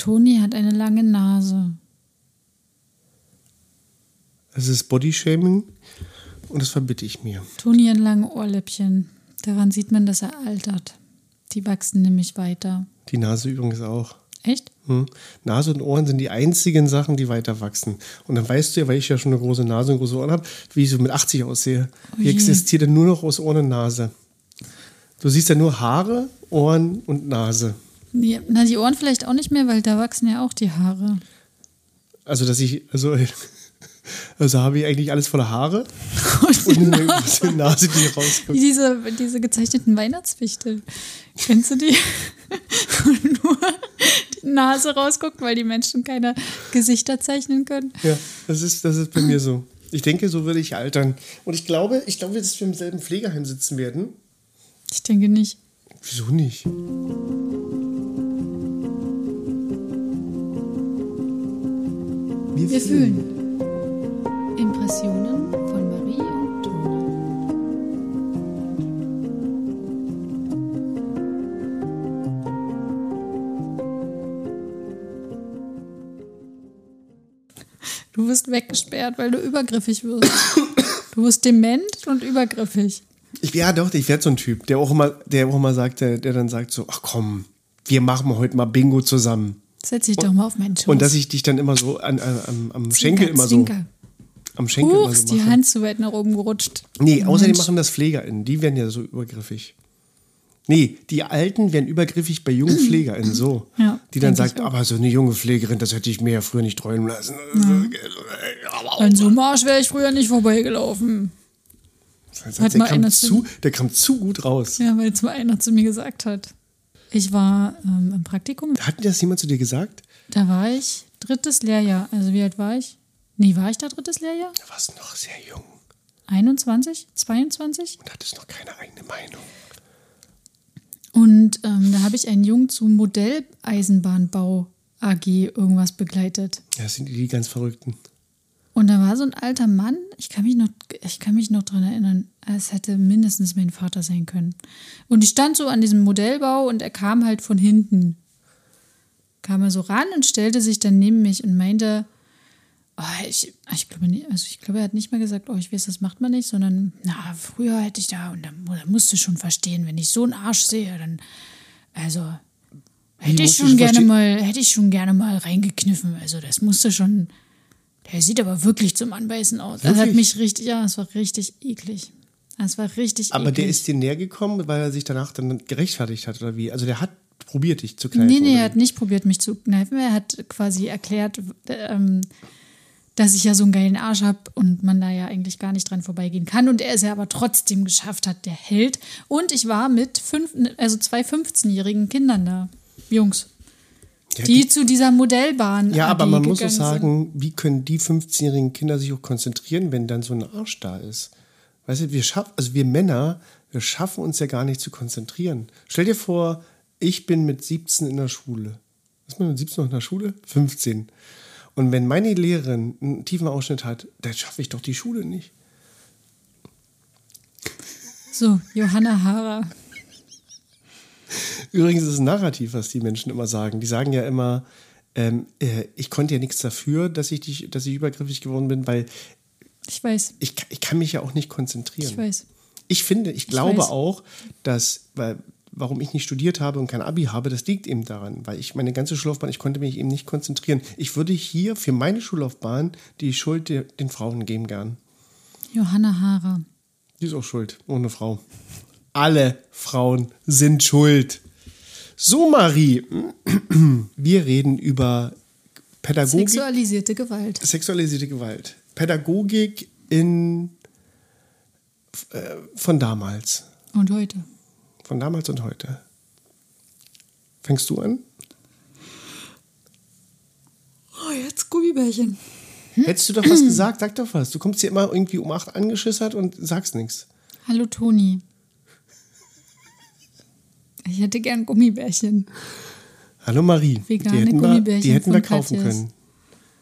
Toni hat eine lange Nase. Es ist Bodyshaming und das verbitte ich mir. Toni hat lange Ohrläppchen. Daran sieht man, dass er altert. Die wachsen nämlich weiter. Die Nase übrigens auch. Echt? Nase und Ohren sind die einzigen Sachen, die weiter wachsen. Und dann weißt du ja, weil ich ja schon eine große Nase und große Ohren habe, wie ich so mit 80 aussehe. Ich existiere nur noch aus Ohren und Nase. Du siehst ja nur Haare, Ohren und Nase. Ja, na, die Ohren vielleicht auch nicht mehr, weil da wachsen ja auch die Haare. Also habe ich eigentlich alles voller Haare und eine Nase, die rauskommt. Diese gezeichneten Weihnachtswichtel. Kennst du die? Wo nur die Nase rausguckt, weil die Menschen keine Gesichter zeichnen können. Ja, das ist bei mir so. Ich denke, so würde ich altern. Und ich glaube, dass wir im selben Pflegeheim sitzen werden. Ich denke nicht. Wieso nicht? Wir fühlen. Impressionen von Marie und Toni. Du wirst weggesperrt, weil du übergriffig wirst. Du wirst dement und übergriffig. Ich werde so ein Typ, der auch immer sagt, der dann sagt so, ach komm, wir machen heute mal Bingo zusammen. Setz dich doch mal auf meinen Schoß. Und dass ich dich dann immer so am Schenkel immer so. Am Schenkel immer so mache. Die Hand zu weit nach oben gerutscht. Nee, außerdem machen das PflegerInnen. Die werden ja so übergriffig. Nee, die Alten werden übergriffig bei jungen PflegerInnen, so. Ja, die dann sagt, aber so eine junge Pflegerin, das hätte ich mir ja früher nicht träumen lassen. Ja. An so einem Arsch wäre ich früher nicht vorbeigelaufen. Der kam zu gut raus. Ja, weil jetzt mal einer zu mir gesagt hat. Ich war im Praktikum. Hat das jemand zu dir gesagt? Da war ich 3. Lehrjahr. Also wie alt war ich? Nee, war ich da 3. Lehrjahr? Da warst du noch sehr jung. 21? 22? Und hattest noch keine eigene Meinung. Und da habe ich einen Jungen zum Modelleisenbahnbau AG irgendwas begleitet. Ja, das sind die ganz Verrückten. Und da war so ein alter Mann, ich kann mich noch dran erinnern, es hätte mindestens mein Vater sein können. Und ich stand so an diesem Modellbau und er kam halt von hinten. Kam er so ran und stellte sich dann neben mich und meinte, ich glaube nicht, also ich glaube, er hat nicht mal gesagt, ich weiß, das macht man nicht, sondern, früher hätte ich da, und da musst du schon verstehen, wenn ich so einen Arsch sehe, dann, also, hätte ich schon gerne mal reingekniffen, also das musste schon, der sieht aber wirklich zum Anbeißen aus. Das hat mich richtig, es war richtig eklig. Das war richtig aber eklig. Der ist dir näher gekommen, weil er sich danach dann gerechtfertigt hat, oder wie? Also der hat probiert, dich zu kneifen? Nee, er hat nicht probiert, mich zu kneifen. Er hat quasi erklärt, dass ich ja so einen geilen Arsch habe und man da ja eigentlich gar nicht dran vorbeigehen kann. Und er es ja aber trotzdem geschafft hat, der Held. Und ich war mit 2 15-jährigen Kindern da, Jungs. Ja, die zu dieser Modellbahn. Ja, aber man muss auch sagen, wie können die 15-jährigen Kinder sich auch konzentrieren, wenn dann so ein Arsch da ist? Weißt du, wir Männer, wir schaffen uns ja gar nicht zu konzentrieren. Stell dir vor, ich bin mit 17 in der Schule. Ist man mit 17 noch in der Schule? 15. Und wenn meine Lehrerin einen tiefen Ausschnitt hat, dann schaffe ich doch die Schule nicht. So, Johanna Hara. Übrigens ist es ein Narrativ, was die Menschen immer sagen. Die sagen ja immer, ich konnte ja nichts dafür, dass ich übergriffig geworden bin, weil ich weiß. Ich kann mich ja auch nicht konzentrieren. Ich weiß. Ich glaube auch, dass, warum ich nicht studiert habe und kein Abi habe, das liegt eben daran, weil ich meine ganze Schullaufbahn, ich konnte mich eben nicht konzentrieren. Ich würde hier für meine Schullaufbahn die Schuld den Frauen geben gern. Johanna Hara. Die ist auch schuld, ohne Frau. Alle Frauen sind schuld. So, Marie, wir reden über Pädagogik. Sexualisierte Gewalt. Pädagogik von damals. Und heute. Von damals und heute. Fängst du an? Jetzt Gummibärchen. Hättest du doch was gesagt, sag doch was. Du kommst hier immer irgendwie um 8 angeschissert und sagst nichts. Hallo Toni. Ich hätte gern Gummibärchen. Hallo Marie. Vegane Gummibärchen. Die hätten wir kaufen können.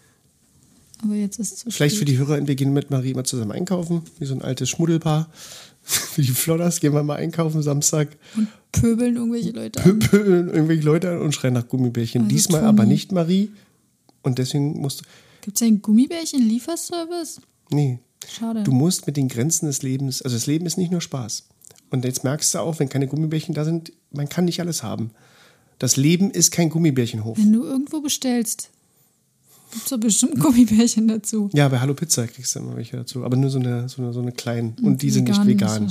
Aber jetzt ist es zu Vielleicht spät. für die HörerInnen, wir gehen mit Marie immer zusammen einkaufen, wie so ein altes Schmuddelpaar. Für die Flodders gehen wir mal einkaufen Samstag. Und pöbeln irgendwelche Leute an. Pöbeln irgendwelche Leute an und schreien nach Gummibärchen. Also Diesmal Tommy. aber nicht Marie. Und deswegen musst du. Gibt es einen Gummibärchen-Lieferservice? Nee. Schade. Du musst mit den Grenzen des Lebens, also das Leben ist nicht nur Spaß. Und jetzt merkst du auch, wenn keine Gummibärchen da sind, man kann nicht alles haben. Das Leben ist kein Gummibärchenhof. Wenn du irgendwo bestellst, gibt es doch bestimmt Gummibärchen dazu. Ja, bei Hallo Pizza kriegst du immer welche dazu. Aber nur so eine kleinen. Und die sind nicht vegan.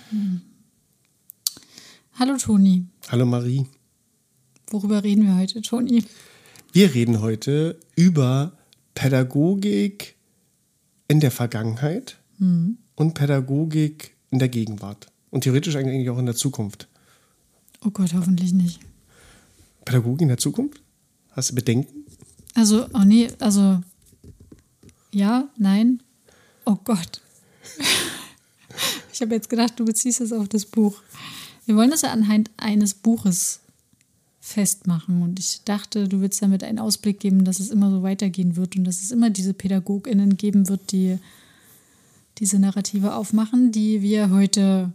Hallo Toni. Hallo Marie. Worüber reden wir heute, Toni? Wir reden heute über Pädagogik in der Vergangenheit und Pädagogik in der Gegenwart. Und theoretisch eigentlich auch in der Zukunft. Oh Gott, hoffentlich nicht. Pädagogik in der Zukunft? Hast du Bedenken? Also, ja, nein. Oh Gott. Ich habe jetzt gedacht, du beziehst es auf das Buch. Wir wollen das ja anhand eines Buches festmachen. Und ich dachte, du willst damit einen Ausblick geben, dass es immer so weitergehen wird und dass es immer diese PädagogInnen geben wird, die diese Narrative aufmachen, die wir heute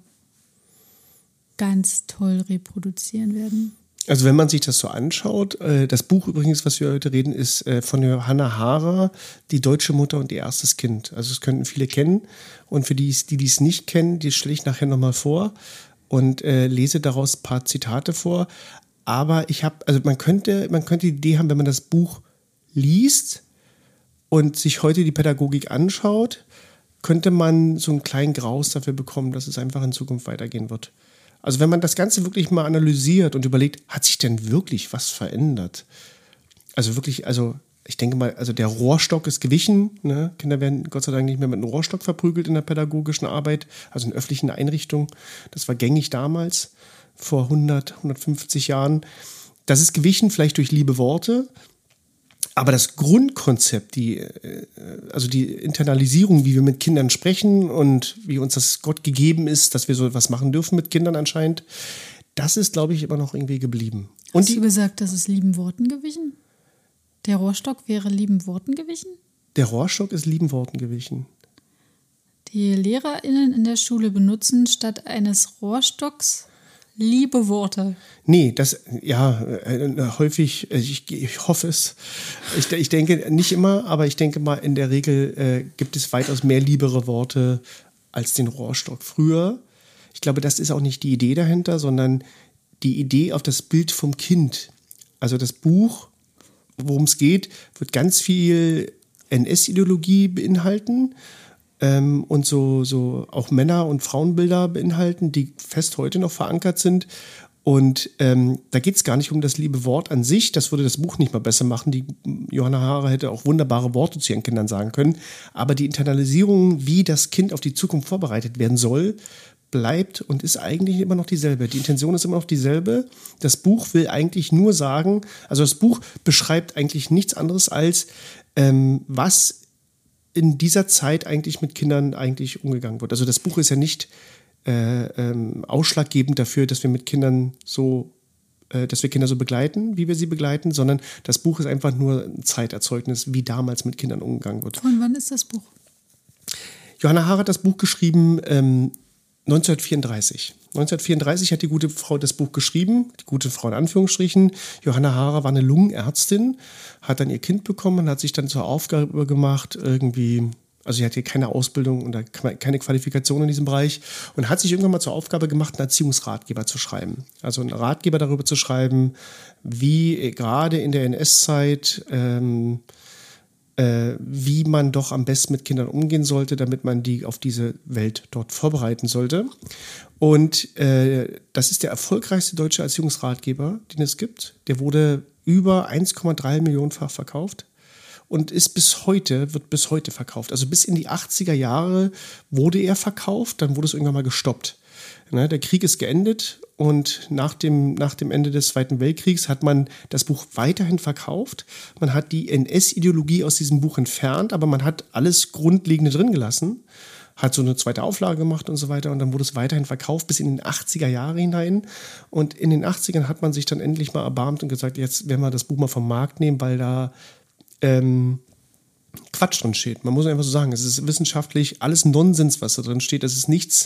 ganz toll reproduzieren werden. Also wenn man sich das so anschaut, das Buch übrigens, was wir heute reden, ist von Johanna Haarer, Die deutsche Mutter und ihr erstes Kind. Also das könnten viele kennen. Und für die es nicht kennen, die stelle ich nachher nochmal vor und lese daraus ein paar Zitate vor. Aber man könnte die Idee haben, wenn man das Buch liest und sich heute die Pädagogik anschaut, könnte man so einen kleinen Graus dafür bekommen, dass es einfach in Zukunft weitergehen wird. Also wenn man das Ganze wirklich mal analysiert und überlegt, hat sich denn wirklich was verändert? Also wirklich, ich denke mal, der Rohrstock ist gewichen. Ne? Kinder werden Gott sei Dank nicht mehr mit einem Rohrstock verprügelt in der pädagogischen Arbeit, also in öffentlichen Einrichtungen. Das war gängig damals, vor 150 Jahren. Das ist gewichen, vielleicht durch liebe Worte. Aber das Grundkonzept, die Internalisierung, wie wir mit Kindern sprechen und wie uns das Gott gegeben ist, dass wir so etwas machen dürfen mit Kindern anscheinend, das ist, glaube ich, immer noch irgendwie geblieben. Und Hast du gesagt, das ist lieben Worten gewichen? Der Rohrstock wäre lieben Worten gewichen? Der Rohrstock ist lieben Worten gewichen. Die LehrerInnen in der Schule benutzen statt eines Rohrstocks liebe Worte. Nee, häufig, ich hoffe es. Ich denke nicht immer, aber ich denke mal, in der Regel gibt es weitaus mehr liebere Worte als den Rohrstock. Früher, ich glaube, das ist auch nicht die Idee dahinter, sondern die Idee auf das Bild vom Kind. Also das Buch, worum es geht, wird ganz viel NS-Ideologie beinhalten. Und so auch Männer- und Frauenbilder beinhalten, die fest heute noch verankert sind. Und da geht es gar nicht um das liebe Wort an sich. Das würde das Buch nicht mal besser machen. Die Johanna Haarer hätte auch wunderbare Worte zu ihren Kindern sagen können. Aber die Internalisierung, wie das Kind auf die Zukunft vorbereitet werden soll, bleibt und ist eigentlich immer noch dieselbe. Die Intention ist immer noch dieselbe. Das Buch will eigentlich nur sagen, also das Buch beschreibt eigentlich nichts anderes als, was in dieser Zeit eigentlich mit Kindern eigentlich umgegangen wird. Also das Buch ist ja nicht ausschlaggebend dafür, dass wir mit Kindern dass wir Kinder so begleiten, wie wir sie begleiten, sondern das Buch ist einfach nur ein Zeiterzeugnis, wie damals mit Kindern umgegangen wird. Von wann ist das Buch? Johanna Haarer hat das Buch geschrieben 1934. 1934 hat die gute Frau das Buch geschrieben, die gute Frau in Anführungsstrichen. Johanna Haarer war eine Lungenärztin, hat dann ihr Kind bekommen und hat sich dann zur Aufgabe gemacht, irgendwie, also sie hatte keine Ausbildung und keine Qualifikation in diesem Bereich und hat sich irgendwann mal zur Aufgabe gemacht, einen Erziehungsratgeber zu schreiben. Also einen Ratgeber darüber zu schreiben, wie gerade in der NS-Zeit wie man doch am besten mit Kindern umgehen sollte, damit man die auf diese Welt dort vorbereiten sollte. Und das ist der erfolgreichste deutsche Erziehungsratgeber, den es gibt. Der wurde über 1,3 Millionenfach verkauft und wird bis heute verkauft. Also bis in die 80er Jahre wurde er verkauft, dann wurde es irgendwann mal gestoppt. Ne, der Krieg ist geendet und nach dem Ende des Zweiten Weltkriegs hat man das Buch weiterhin verkauft. Man hat die NS-Ideologie aus diesem Buch entfernt, aber man hat alles Grundlegende drin gelassen, hat so eine zweite Auflage gemacht und so weiter und dann wurde es weiterhin verkauft bis in den 80er Jahre hinein. Und in den 80ern hat man sich dann endlich mal erbarmt und gesagt, jetzt werden wir das Buch mal vom Markt nehmen, weil da Quatsch drin steht. Man muss einfach so sagen, es ist wissenschaftlich alles Nonsens, was da drin steht. Das ist nichts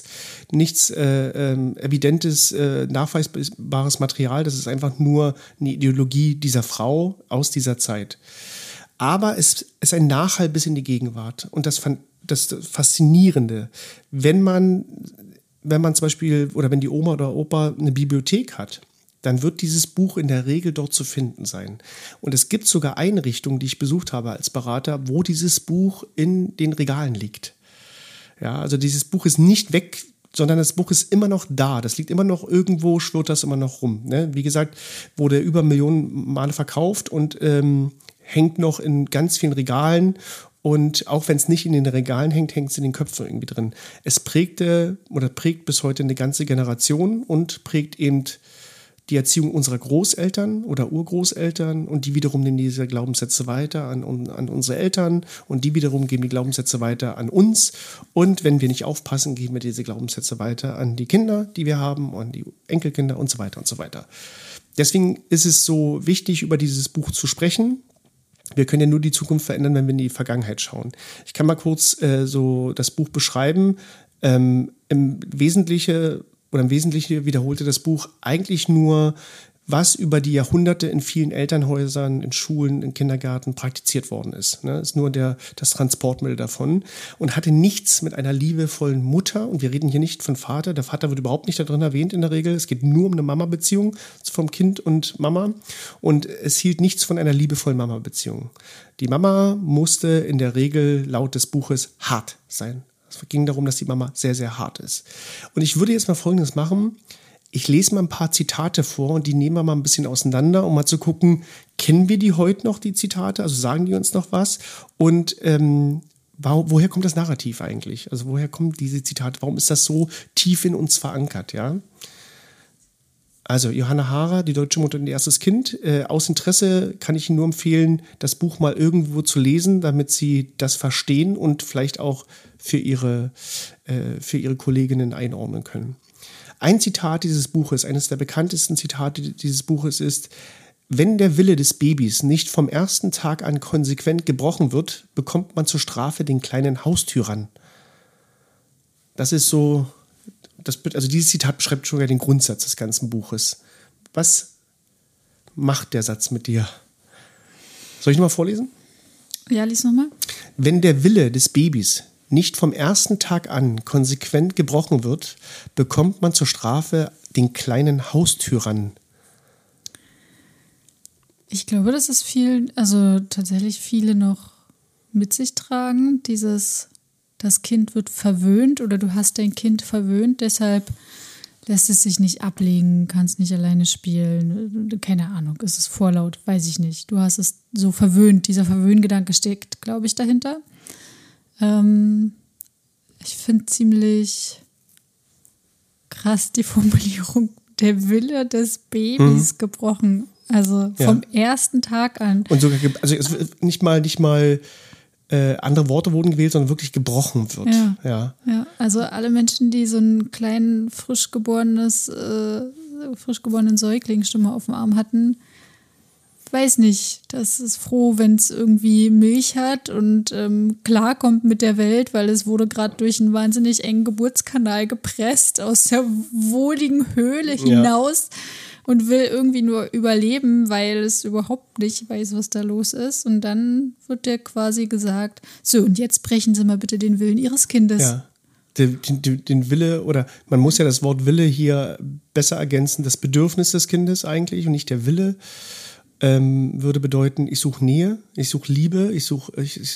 evidentes, nachweisbares Material. Das ist einfach nur eine Ideologie dieser Frau aus dieser Zeit. Aber es ist ein Nachhall bis in die Gegenwart. Und das Faszinierende, wenn man zum Beispiel, oder wenn die Oma oder Opa eine Bibliothek hat, dann wird dieses Buch in der Regel dort zu finden sein. Und es gibt sogar Einrichtungen, die ich besucht habe als Berater, wo dieses Buch in den Regalen liegt. Ja, also dieses Buch ist nicht weg, sondern das Buch ist immer noch da. Das liegt immer noch irgendwo, schwirrt das immer noch rum. Ne? Wie gesagt, wurde über Millionen Male verkauft und hängt noch in ganz vielen Regalen. Und auch wenn es nicht in den Regalen hängt, hängt es in den Köpfen irgendwie drin. Es prägt bis heute eine ganze Generation und prägt eben die Erziehung unserer Großeltern oder Urgroßeltern, und die wiederum nehmen diese Glaubenssätze weiter an unsere Eltern, und die wiederum geben die Glaubenssätze weiter an uns, und wenn wir nicht aufpassen, geben wir diese Glaubenssätze weiter an die Kinder, die wir haben, an die Enkelkinder und so weiter und so weiter. Deswegen ist es so wichtig, über dieses Buch zu sprechen. Wir können ja nur die Zukunft verändern, wenn wir in die Vergangenheit schauen. Ich kann mal kurz so das Buch beschreiben. Im Wesentlichen wiederholte das Buch eigentlich nur, was über die Jahrhunderte in vielen Elternhäusern, in Schulen, in Kindergärten praktiziert worden ist. Ne? Ist nur das Transportmittel davon und hatte nichts mit einer liebevollen Mutter, und wir reden hier nicht von Vater, der Vater wird überhaupt nicht darin erwähnt in der Regel, es geht nur um eine Mama-Beziehung vom Kind und Mama, und es hielt nichts von einer liebevollen Mama-Beziehung. Die Mama musste in der Regel laut des Buches hart sein. Es ging darum, dass die Mama sehr, sehr hart ist. Und ich würde jetzt mal Folgendes machen. Ich lese mal ein paar Zitate vor und die nehmen wir mal ein bisschen auseinander, um mal zu gucken, kennen wir die heute noch, die Zitate? Also sagen die uns noch was? Und woher kommt das Narrativ eigentlich? Also woher kommen diese Zitate? Warum ist das so tief in uns verankert? Ja? Also Johanna Haarer, die deutsche Mutter und ihr erstes Kind. Aus Interesse kann ich Ihnen nur empfehlen, das Buch mal irgendwo zu lesen, damit Sie das verstehen und vielleicht auch für ihre Kolleginnen einordnen können. Ein Zitat dieses Buches, eines der bekanntesten Zitate dieses Buches ist: Wenn der Wille des Babys nicht vom ersten Tag an konsequent gebrochen wird, bekommt man zur Strafe den kleinen Haustyrann. Das ist so, also dieses Zitat beschreibt schon den Grundsatz des ganzen Buches. Was macht der Satz mit dir? Soll ich nochmal vorlesen? Ja, lies nochmal. Wenn der Wille des Babys nicht vom ersten Tag an konsequent gebrochen wird, bekommt man zur Strafe den kleinen Haustyrann. Ich glaube, dass es tatsächlich viele noch mit sich tragen. Das Kind wird verwöhnt oder du hast dein Kind verwöhnt, deshalb lässt es sich nicht ablegen, kannst nicht alleine spielen. Keine Ahnung, ist es vorlaut, weiß ich nicht. Du hast es so verwöhnt. Dieser Verwöhngedanke steckt, glaube ich, dahinter. Ich finde ziemlich krass die Formulierung, der Wille des Babys gebrochen. Also vom ersten Tag an. Und sogar, also es wird nicht mal andere Worte wurden gewählt, sondern wirklich gebrochen wird. Ja, also alle Menschen, die so einen kleinen, frisch geborenen Säugling schon mal auf dem Arm hatten, weiß nicht, das ist froh, wenn es irgendwie Milch hat und klarkommt mit der Welt, weil es wurde gerade durch einen wahnsinnig engen Geburtskanal gepresst aus der wohligen Höhle hinaus und will irgendwie nur überleben, weil es überhaupt nicht weiß, was da los ist. Und dann wird dir quasi gesagt, so, und jetzt brechen Sie mal bitte den Willen Ihres Kindes. Ja. Den Wille, oder man muss ja das Wort Wille hier besser ergänzen, das Bedürfnis des Kindes eigentlich und nicht der Wille. Würde bedeuten, ich suche Nähe, ich suche Liebe, ich suche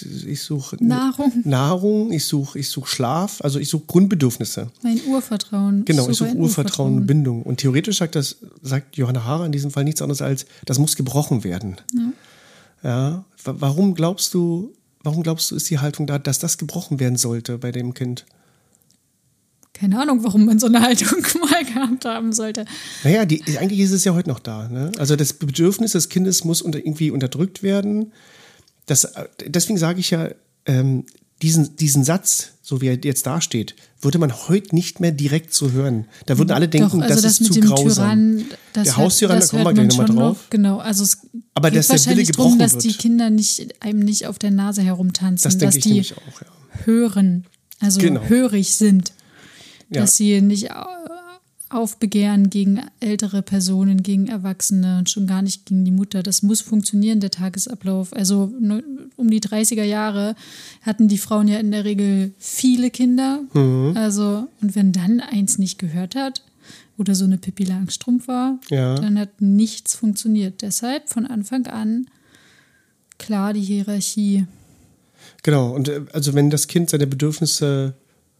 Nahrung, ich suche Schlaf, also ich suche Grundbedürfnisse. Mein Urvertrauen. Genau, ich suche Urvertrauen und Bindung. Und theoretisch sagt Johanna Haarer in diesem Fall nichts anderes als, das muss gebrochen werden. Ja. Warum glaubst du, ist die Haltung da, dass das gebrochen werden sollte bei dem Kind? Keine Ahnung, warum man so eine Haltung mal gehabt haben sollte. Naja, eigentlich ist es ja heute noch da. Ne? Also das Bedürfnis des Kindes muss irgendwie unterdrückt werden. Deswegen sage ich ja, diesen Satz, so wie er jetzt dasteht, würde man heute nicht mehr direkt so hören. Da würden alle denken, also das ist zu grausam. Der Haustyrann, da kommen wir gleich nochmal drauf. Genau, also es aber geht dass der Wille wahrscheinlich gebrochen darum, dass wird. die Kinder einem nicht auf der Nase herumtanzen, Das denke dass ich die nämlich auch, ja. hören, also Genau. hörig sind, Ja. dass sie nicht aufbegehren gegen ältere Personen, gegen Erwachsene und schon gar nicht gegen die Mutter. Das muss funktionieren, der Tagesablauf. Also um die 30er Jahre hatten die Frauen ja in der Regel viele Kinder. Also, und wenn dann eins nicht gehört hat oder so eine Pippi Langstrumpf war, dann hat nichts funktioniert. Deshalb von Anfang an klar die Hierarchie. Genau, und also wenn das Kind seine Bedürfnisse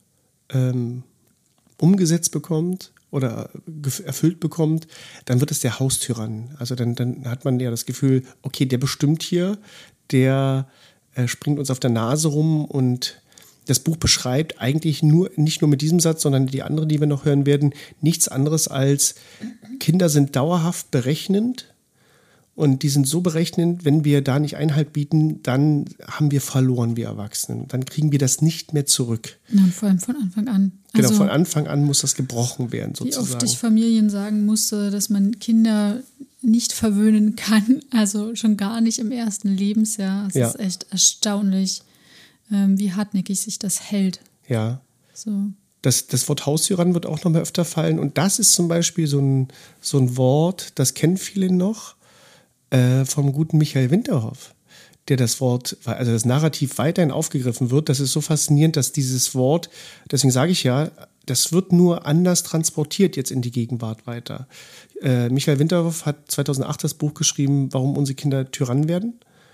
umgesetzt bekommt oder erfüllt bekommt, dann wird es der Haustyrann. Also dann hat man ja das Gefühl, okay, der bestimmt hier, der springt uns auf der Nase rum, und das Buch beschreibt eigentlich nicht nur mit diesem Satz, sondern die anderen, die wir noch hören werden, nichts anderes als Kinder sind dauerhaft berechnend. Und die sind so berechnend, wenn wir da nicht Einhalt bieten, dann haben wir verloren, wir Erwachsenen. Dann kriegen wir das nicht mehr zurück. Ja, und vor allem von Anfang an. Genau, Also, von Anfang an muss das gebrochen werden, wie sozusagen. oft ich Familien sagen musste, dass man Kinder nicht verwöhnen kann, also schon gar nicht im ersten Lebensjahr. Es ist echt erstaunlich, wie hartnäckig sich das hält. Ja. So. Das Wort Haustyrann wird auch noch mal öfter fallen. Und das ist zum Beispiel so ein Wort, das kennen viele noch, vom guten Michael Winterhoff, der das Wort, also das Narrativ weiterhin aufgegriffen wird. Das ist so faszinierend, dass dieses Wort, deswegen sage ich ja, das wird nur anders transportiert jetzt in die Gegenwart weiter. Michael Winterhoff hat 2008 das Buch geschrieben, Warum unsere Kinder Tyrannen werden.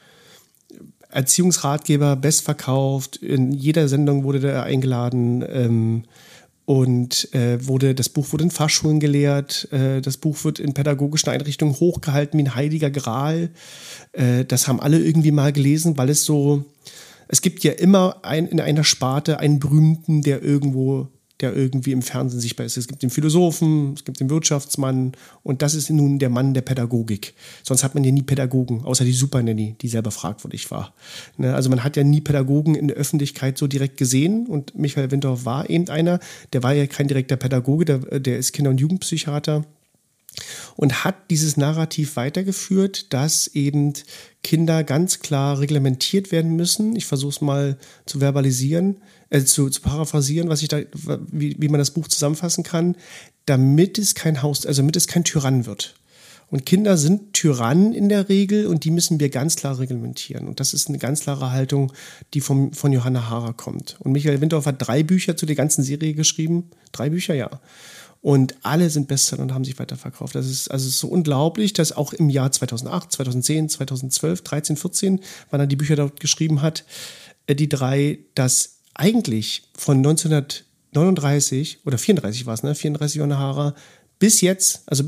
Erziehungsratgeber, bestverkauft, in jeder Sendung wurde der eingeladen, und das Buch wurde in Fachschulen gelehrt, das Buch wird in pädagogischen Einrichtungen hochgehalten wie ein heiliger Gral. Das haben alle irgendwie mal gelesen, weil es gibt ja immer in einer Sparte einen Berühmten, der irgendwie im Fernsehen sichtbar ist. Es gibt den Philosophen, es gibt den Wirtschaftsmann, und das ist nun der Mann der Pädagogik. Sonst hat man ja nie Pädagogen, außer die Supernanny, die selber fragwürdig war. Ne? Also man hat ja nie Pädagogen in der Öffentlichkeit so direkt gesehen, und Michael Winterhoff war eben einer, der war ja kein direkter Pädagoge, der ist Kinder- und Jugendpsychiater und hat dieses Narrativ weitergeführt, dass eben Kinder ganz klar reglementiert werden müssen. Ich versuche es mal zu verbalisieren, zu paraphrasieren, wie man das Buch zusammenfassen kann, damit es kein Tyrann wird. Und Kinder sind Tyrannen in der Regel, und die müssen wir ganz klar reglementieren. Und das ist eine ganz klare Haltung, die von Johanna Hara kommt. Und Michael Winterhoff hat 3 Bücher zu der ganzen Serie geschrieben. 3 Bücher, ja. Und alle sind Bestseller und haben sich weiterverkauft. Das ist so unglaublich, dass auch im Jahr 2008, 2010, 2012, 13, 14, wann er die Bücher dort geschrieben hat, die 3, dass eigentlich von 1939 oder 34 war es, 34 Johanna Hara, bis jetzt, also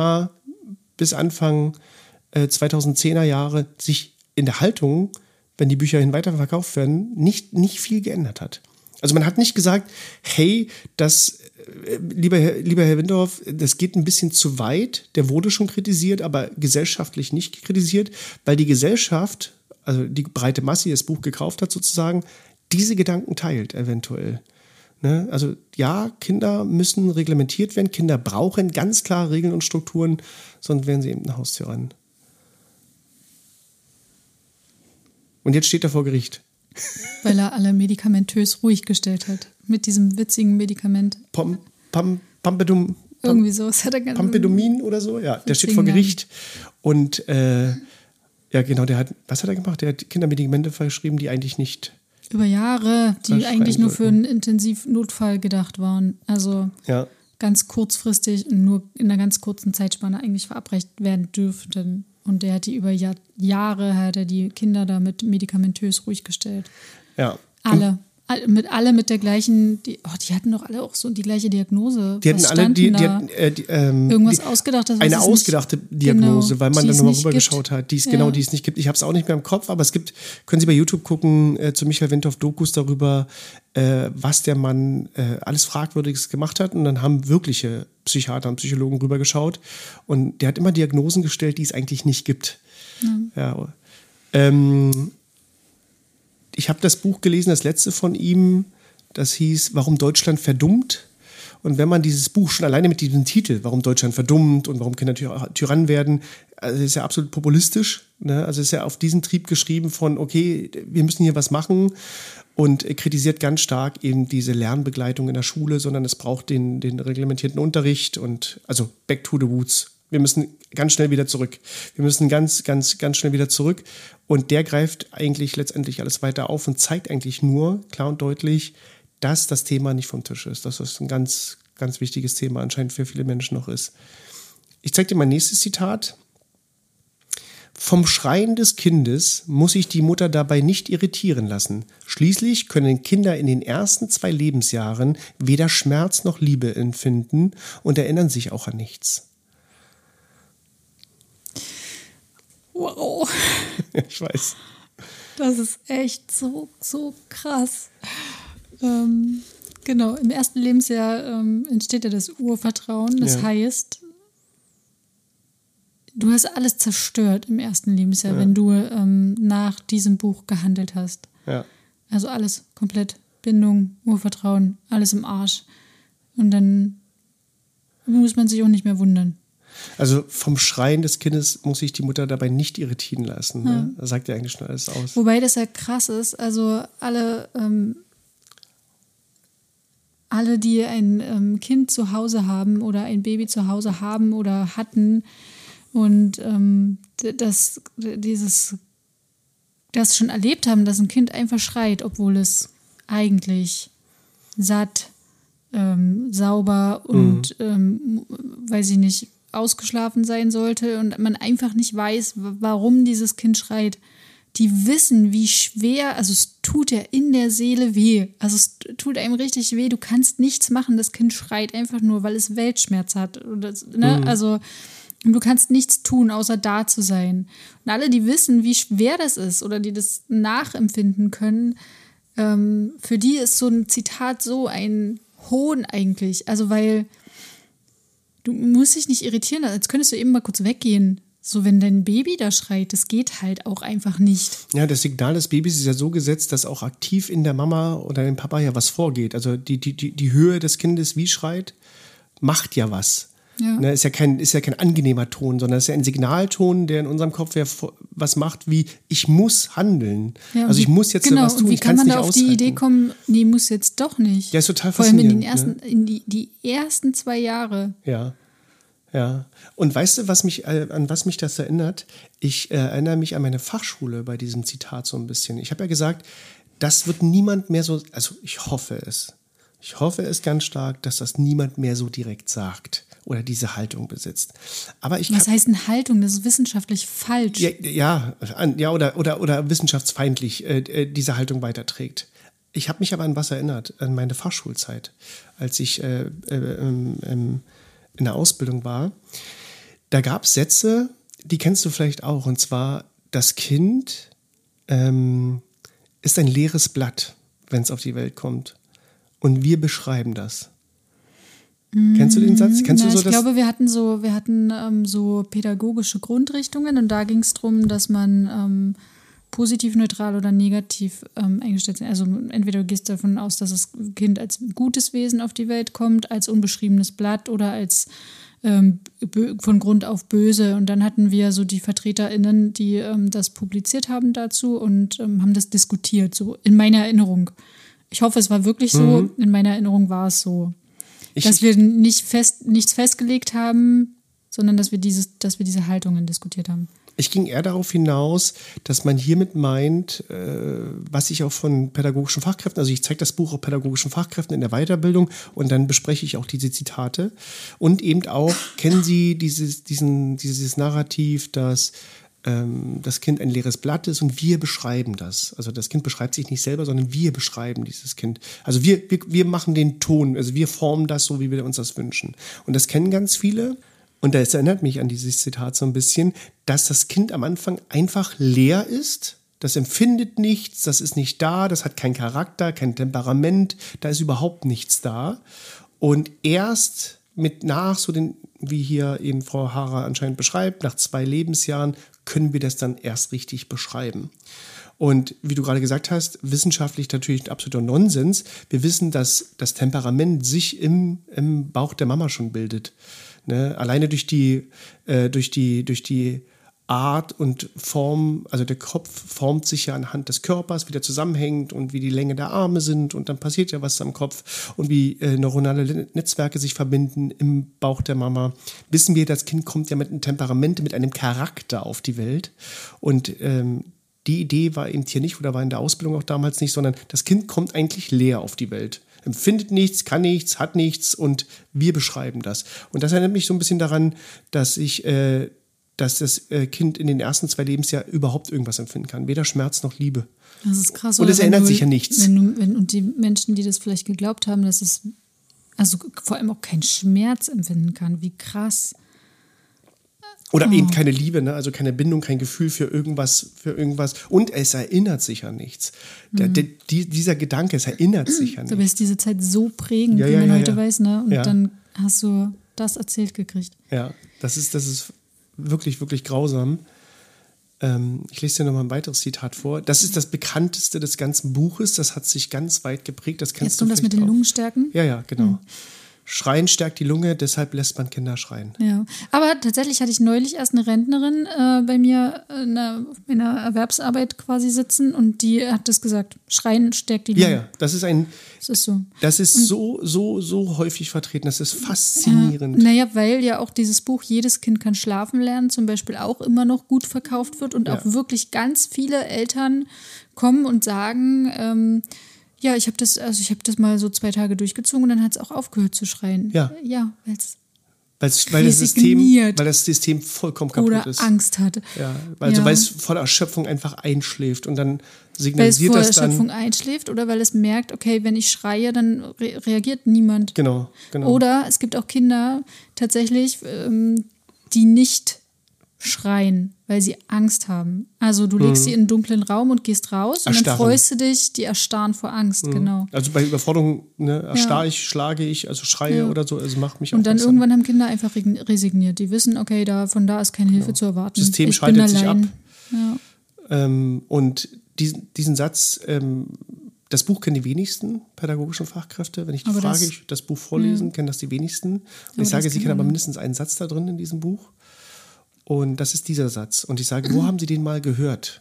bis Anfang 2010er Jahre, sich in der Haltung, wenn die Bücher weiterverkauft werden, nicht viel geändert hat. Also man hat nicht gesagt, hey, lieber Herr Winterhoff, das geht ein bisschen zu weit, der wurde schon kritisiert, aber gesellschaftlich nicht kritisiert, weil die Gesellschaft, also die breite Masse, die das Buch gekauft hat sozusagen, diese Gedanken teilt eventuell. Ne? Also ja, Kinder müssen reglementiert werden, Kinder brauchen ganz klare Regeln und Strukturen, sonst werden sie eben ein Haustyrann. Und jetzt steht er vor Gericht. Weil er alle medikamentös ruhig gestellt hat. Mit diesem witzigen Medikament. Irgendwie so. Pampedomin oder so, ja. Der steht vor Gericht. Und ja, genau, was hat er gemacht? Der hat Kindermedikamente verschrieben, die eigentlich nicht. Über Jahre, die eigentlich nur für einen Intensivnotfall gedacht waren. Also ganz kurzfristig und nur in einer ganz kurzen Zeitspanne eigentlich verabreicht werden dürften. Und der hat die über Jahre die Kinder damit medikamentös ruhig gestellt. Ja. Alle mit der gleichen, die hatten doch alle auch so die gleiche Diagnose. Die hatten alle irgendwas ausgedacht. Eine ausgedachte Diagnose, weil man dann nochmal rübergeschaut hat, die es nicht gibt. Ich habe es auch nicht mehr im Kopf, aber können Sie bei YouTube gucken, zu Michael Winterhoff Dokus darüber, was der Mann alles Fragwürdiges gemacht hat. Und dann haben wirkliche Psychiater und Psychologen rübergeschaut. Und der hat immer Diagnosen gestellt, die es eigentlich nicht gibt. Ja. ich habe das Buch gelesen, das letzte von ihm, das hieß Warum Deutschland verdummt. Und wenn man dieses Buch schon alleine mit diesem Titel, Warum Deutschland verdummt und warum Kinder Tyrannen werden, also ist ja absolut populistisch. Ne? Also ist ja auf diesen Trieb geschrieben von, okay, wir müssen hier was machen, und kritisiert ganz stark eben diese Lernbegleitung in der Schule, sondern es braucht den reglementierten Unterricht und also back to the roots. Wir müssen ganz schnell wieder zurück. Wir müssen ganz, ganz, ganz schnell wieder zurück. Und der greift eigentlich letztendlich alles weiter auf und zeigt eigentlich nur klar und deutlich, dass das Thema nicht vom Tisch ist. Dass das ein ganz, ganz wichtiges Thema anscheinend für viele Menschen noch ist. Ich zeige dir mein nächstes Zitat. Vom Schreien des Kindes muss sich die Mutter dabei nicht irritieren lassen. Schließlich können Kinder in den ersten 2 Lebensjahren weder Schmerz noch Liebe empfinden und erinnern sich auch an nichts. Wow. Ich weiß. Das ist echt so, so krass. Genau, im ersten Lebensjahr entsteht ja das Urvertrauen. Das heißt, du hast alles zerstört im ersten Lebensjahr, wenn du nach diesem Buch gehandelt hast. Ja. Also alles komplett. Bindung, Urvertrauen, alles im Arsch. Und dann muss man sich auch nicht mehr wundern. Also vom Schreien des Kindes muss sich die Mutter dabei nicht irritieren lassen. Ne? Da sagt ja eigentlich schon alles aus. Wobei das ja krass ist. Also alle, die ein Kind zu Hause haben oder ein Baby zu Hause haben oder hatten und das schon erlebt haben, dass ein Kind einfach schreit, obwohl es eigentlich satt, sauber und weiß ich nicht, ausgeschlafen sein sollte und man einfach nicht weiß, warum dieses Kind schreit. Die wissen, wie schwer, also es tut ja in der Seele weh. Also es tut einem richtig weh. Du kannst nichts machen. Das Kind schreit einfach nur, weil es Weltschmerz hat. Oder, ne? Also du kannst nichts tun, außer da zu sein. Und alle, die wissen, wie schwer das ist oder die das nachempfinden können, für die ist so ein Zitat so ein Hohn eigentlich. Also weil du musst dich nicht irritieren, als könntest du eben mal kurz weggehen. So, wenn dein Baby da schreit, das geht halt auch einfach nicht. Ja, das Signal des Babys ist ja so gesetzt, dass auch aktiv in der Mama oder dem Papa ja was vorgeht. Also die Höhe des Kindes, wie schreit, macht ja was. Ja. Ne, ist ja kein angenehmer Ton, sondern ist ja ein Signalton, der in unserem Kopf ja was macht, wie ich muss handeln. Ja, also ich muss jetzt was tun, ich kann es nicht aushalten. Wie kann man da auf die Idee kommen, nee, muss jetzt doch nicht. Ja, ist total faszinierend. Vor allem in die ersten 2 Jahre. Ja. Ja, und weißt du, an was mich das erinnert? Ich erinnere mich an meine Fachschule bei diesem Zitat so ein bisschen. Ich habe ja gesagt, das wird niemand mehr so, also ich hoffe es ganz stark, dass das niemand mehr so direkt sagt oder diese Haltung besitzt. Aber was heißt eine Haltung? Das ist wissenschaftlich falsch. Ja, oder wissenschaftsfeindlich diese Haltung weiterträgt. Ich habe mich aber an was erinnert, an meine Fachschulzeit, als ich in der Ausbildung war. Da gab es Sätze, die kennst du vielleicht auch, und zwar, das Kind ist ein leeres Blatt, wenn es auf die Welt kommt. Und wir beschreiben das. Kennst du den Satz? Ich glaube, wir hatten so pädagogische Grundrichtungen und da ging es darum, dass man positiv, neutral oder negativ eingestellt sind. Also entweder du gehst davon aus, dass das Kind als gutes Wesen auf die Welt kommt, als unbeschriebenes Blatt oder als von Grund auf böse. Und dann hatten wir so die VertreterInnen, die das publiziert haben dazu und haben das diskutiert, so in meiner Erinnerung. Ich hoffe, es war wirklich so. In meiner Erinnerung war es so. Dass wir nichts festgelegt haben, sondern dass wir diese Haltungen diskutiert haben. Ich ging eher darauf hinaus, dass man hiermit meint, was ich auch von pädagogischen Fachkräften, also ich zeige das Buch auch pädagogischen Fachkräften in der Weiterbildung und dann bespreche ich auch diese Zitate. Und eben auch, kennen Sie dieses Narrativ, dass das Kind ein leeres Blatt ist und wir beschreiben das. Also das Kind beschreibt sich nicht selber, sondern wir beschreiben dieses Kind. Also wir machen den Ton, also wir formen das so, wie wir uns das wünschen. Und das kennen ganz viele. Und das erinnert mich an dieses Zitat so ein bisschen, dass das Kind am Anfang einfach leer ist. Das empfindet nichts, das ist nicht da, das hat keinen Charakter, kein Temperament, da ist überhaupt nichts da. Und erst nach so den wie hier eben Frau Haarer anscheinend beschreibt, nach 2 Lebensjahren können wir das dann erst richtig beschreiben. Und wie du gerade gesagt hast, wissenschaftlich natürlich absoluter Nonsens. Wir wissen, dass das Temperament sich im Bauch der Mama schon bildet. Ne? Alleine durch die Art und Form, also der Kopf formt sich ja anhand des Körpers, wie der zusammenhängt und wie die Länge der Arme sind und dann passiert ja was am Kopf und wie neuronale Netzwerke sich verbinden im Bauch der Mama. Wissen wir, das Kind kommt ja mit einem Temperament, mit einem Charakter auf die Welt und die Idee war eben hier nicht oder war in der Ausbildung auch damals nicht, sondern das Kind kommt eigentlich leer auf die Welt. Empfindet nichts, kann nichts, hat nichts und wir beschreiben das. Und das erinnert mich so ein bisschen daran, dass das Kind in den ersten 2 Lebensjahren überhaupt irgendwas empfinden kann. Weder Schmerz noch Liebe. Das ist krass. Und es ändert sich ja nichts. Und die Menschen, die das vielleicht geglaubt haben, dass es also vor allem auch keinen Schmerz empfinden kann. Wie krass. Oder eben keine Liebe, ne? Also keine Bindung, kein Gefühl für irgendwas. Und es erinnert sich an nichts. Dieser Gedanke, es erinnert sich an nichts. Aber ist diese Zeit so prägend, wie man heute weiß, ne? Und dann hast du das erzählt gekriegt. Ja, das ist wirklich, wirklich grausam. Ich lese dir noch mal ein weiteres Zitat vor. Das ist das bekannteste des ganzen Buches. Das hat sich ganz weit geprägt. Das kennst Jetzt kommt das mit den Lungenstärken? Ja, genau. Schreien stärkt die Lunge, deshalb lässt man Kinder schreien. Ja, aber tatsächlich hatte ich neulich erst eine Rentnerin bei mir in einer Erwerbsarbeit quasi sitzen und die hat das gesagt, Schreien stärkt die Lunge. Ja, das ist so. Das ist so häufig vertreten, das ist faszinierend. Naja, weil ja auch dieses Buch Jedes Kind kann schlafen lernen zum Beispiel auch immer noch gut verkauft wird und auch wirklich ganz viele Eltern kommen und sagen, ja, ich habe das mal so 2 Tage durchgezogen und dann hat es auch aufgehört zu schreien. Ja, weil das System vollkommen kaputt oder ist. Oder Angst hatte. Ja, weil es vor der Erschöpfung einfach einschläft und dann signalisiert das dann. Weil es vor der Erschöpfung einschläft oder weil es merkt, okay, wenn ich schreie, dann reagiert niemand. Genau. Oder es gibt auch Kinder tatsächlich, die nicht schreien, weil sie Angst haben. Also du legst sie in einen dunklen Raum und gehst raus und dann freust du dich, die erstarren vor Angst, genau. Also bei Überforderung erstarre ich, schlage ich, also schreie oder so, also macht mich auch. Und dann irgendwann haben Kinder einfach resigniert. Die wissen, okay, von da ist keine Hilfe zu erwarten. Das System schaltet sich ab. Ja. Und diesen Satz, das Buch kennen die wenigsten pädagogischen Fachkräfte. Wenn ich die frage, ich das Buch vorlesen, kennen das die wenigsten. Und ich sage, sie kennen aber mindestens einen Satz da drin in diesem Buch. Und das ist dieser Satz. Und ich sage, wo haben Sie den mal gehört?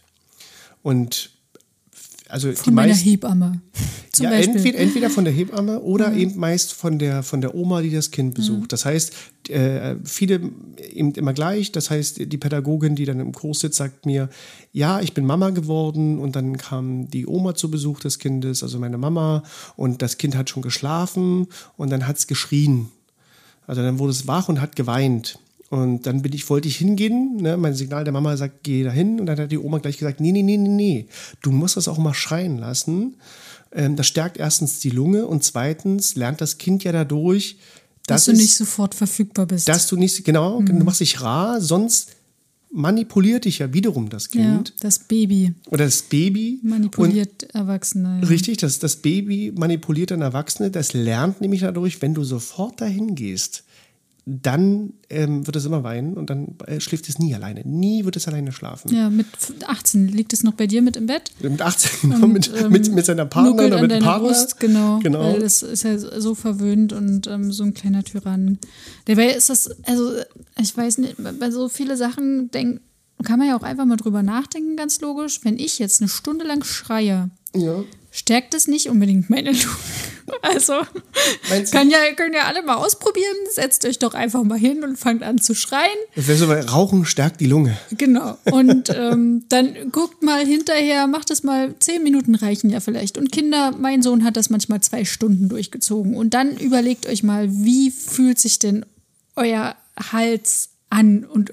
Und also von meiner Hebamme. Zum Beispiel. Entweder von der Hebamme oder eben meist von der Oma, die das Kind besucht. Das heißt, viele eben immer gleich. Das heißt, die Pädagogin, die dann im Kurs sitzt, sagt mir, ja, ich bin Mama geworden. Und dann kam die Oma zu Besuch des Kindes, also meine Mama. Und das Kind hat schon geschlafen und dann hat es geschrien. Also dann wurde es wach und hat geweint. Und dann wollte ich hingehen, ne? Mein Signal der Mama sagt, geh da hin. Und dann hat die Oma gleich gesagt, nee, du musst das auch mal schreien lassen. Das stärkt erstens die Lunge und zweitens lernt das Kind ja dadurch, dass du nicht sofort verfügbar bist. Dass du nicht, genau, du machst dich rar, sonst manipuliert dich ja wiederum das Kind. Ja, das Baby. Oder das Baby. Manipuliert Erwachsene. Ja. Richtig, das Baby manipuliert dann Erwachsene. Das lernt nämlich dadurch, wenn du sofort dahin gehst, dann wird es immer weinen und dann schläft es nie alleine. Nie wird es alleine schlafen. Ja, mit 18 liegt es noch bei dir mit im Bett. Mit 18, genau, mit seiner Partnerin oder mit dem Partner. Brust, genau. Weil das ist ja so verwöhnt und so ein kleiner Tyrann. Dabei ist das, also ich weiß nicht, bei so viele Sachen kann man ja auch einfach mal drüber nachdenken, ganz logisch. Wenn ich jetzt eine Stunde lang schreie, stärkt es nicht unbedingt meine Lunge. Also können ja alle mal ausprobieren. Setzt euch doch einfach mal hin und fangt an zu schreien. Das wäre so, weil Rauchen stärkt die Lunge. Genau. Und dann guckt mal hinterher, macht es mal 10 Minuten reichen ja vielleicht. Und Kinder, mein Sohn hat das manchmal 2 Stunden durchgezogen. Und dann überlegt euch mal, wie fühlt sich denn euer Hals an? Und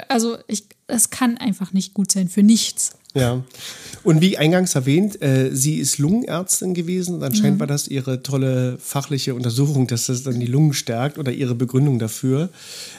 das kann einfach nicht gut sein für nichts. Ja, und wie eingangs erwähnt, sie ist Lungenärztin gewesen und anscheinend war das ihre tolle fachliche Untersuchung, dass das dann die Lungen stärkt oder ihre Begründung dafür.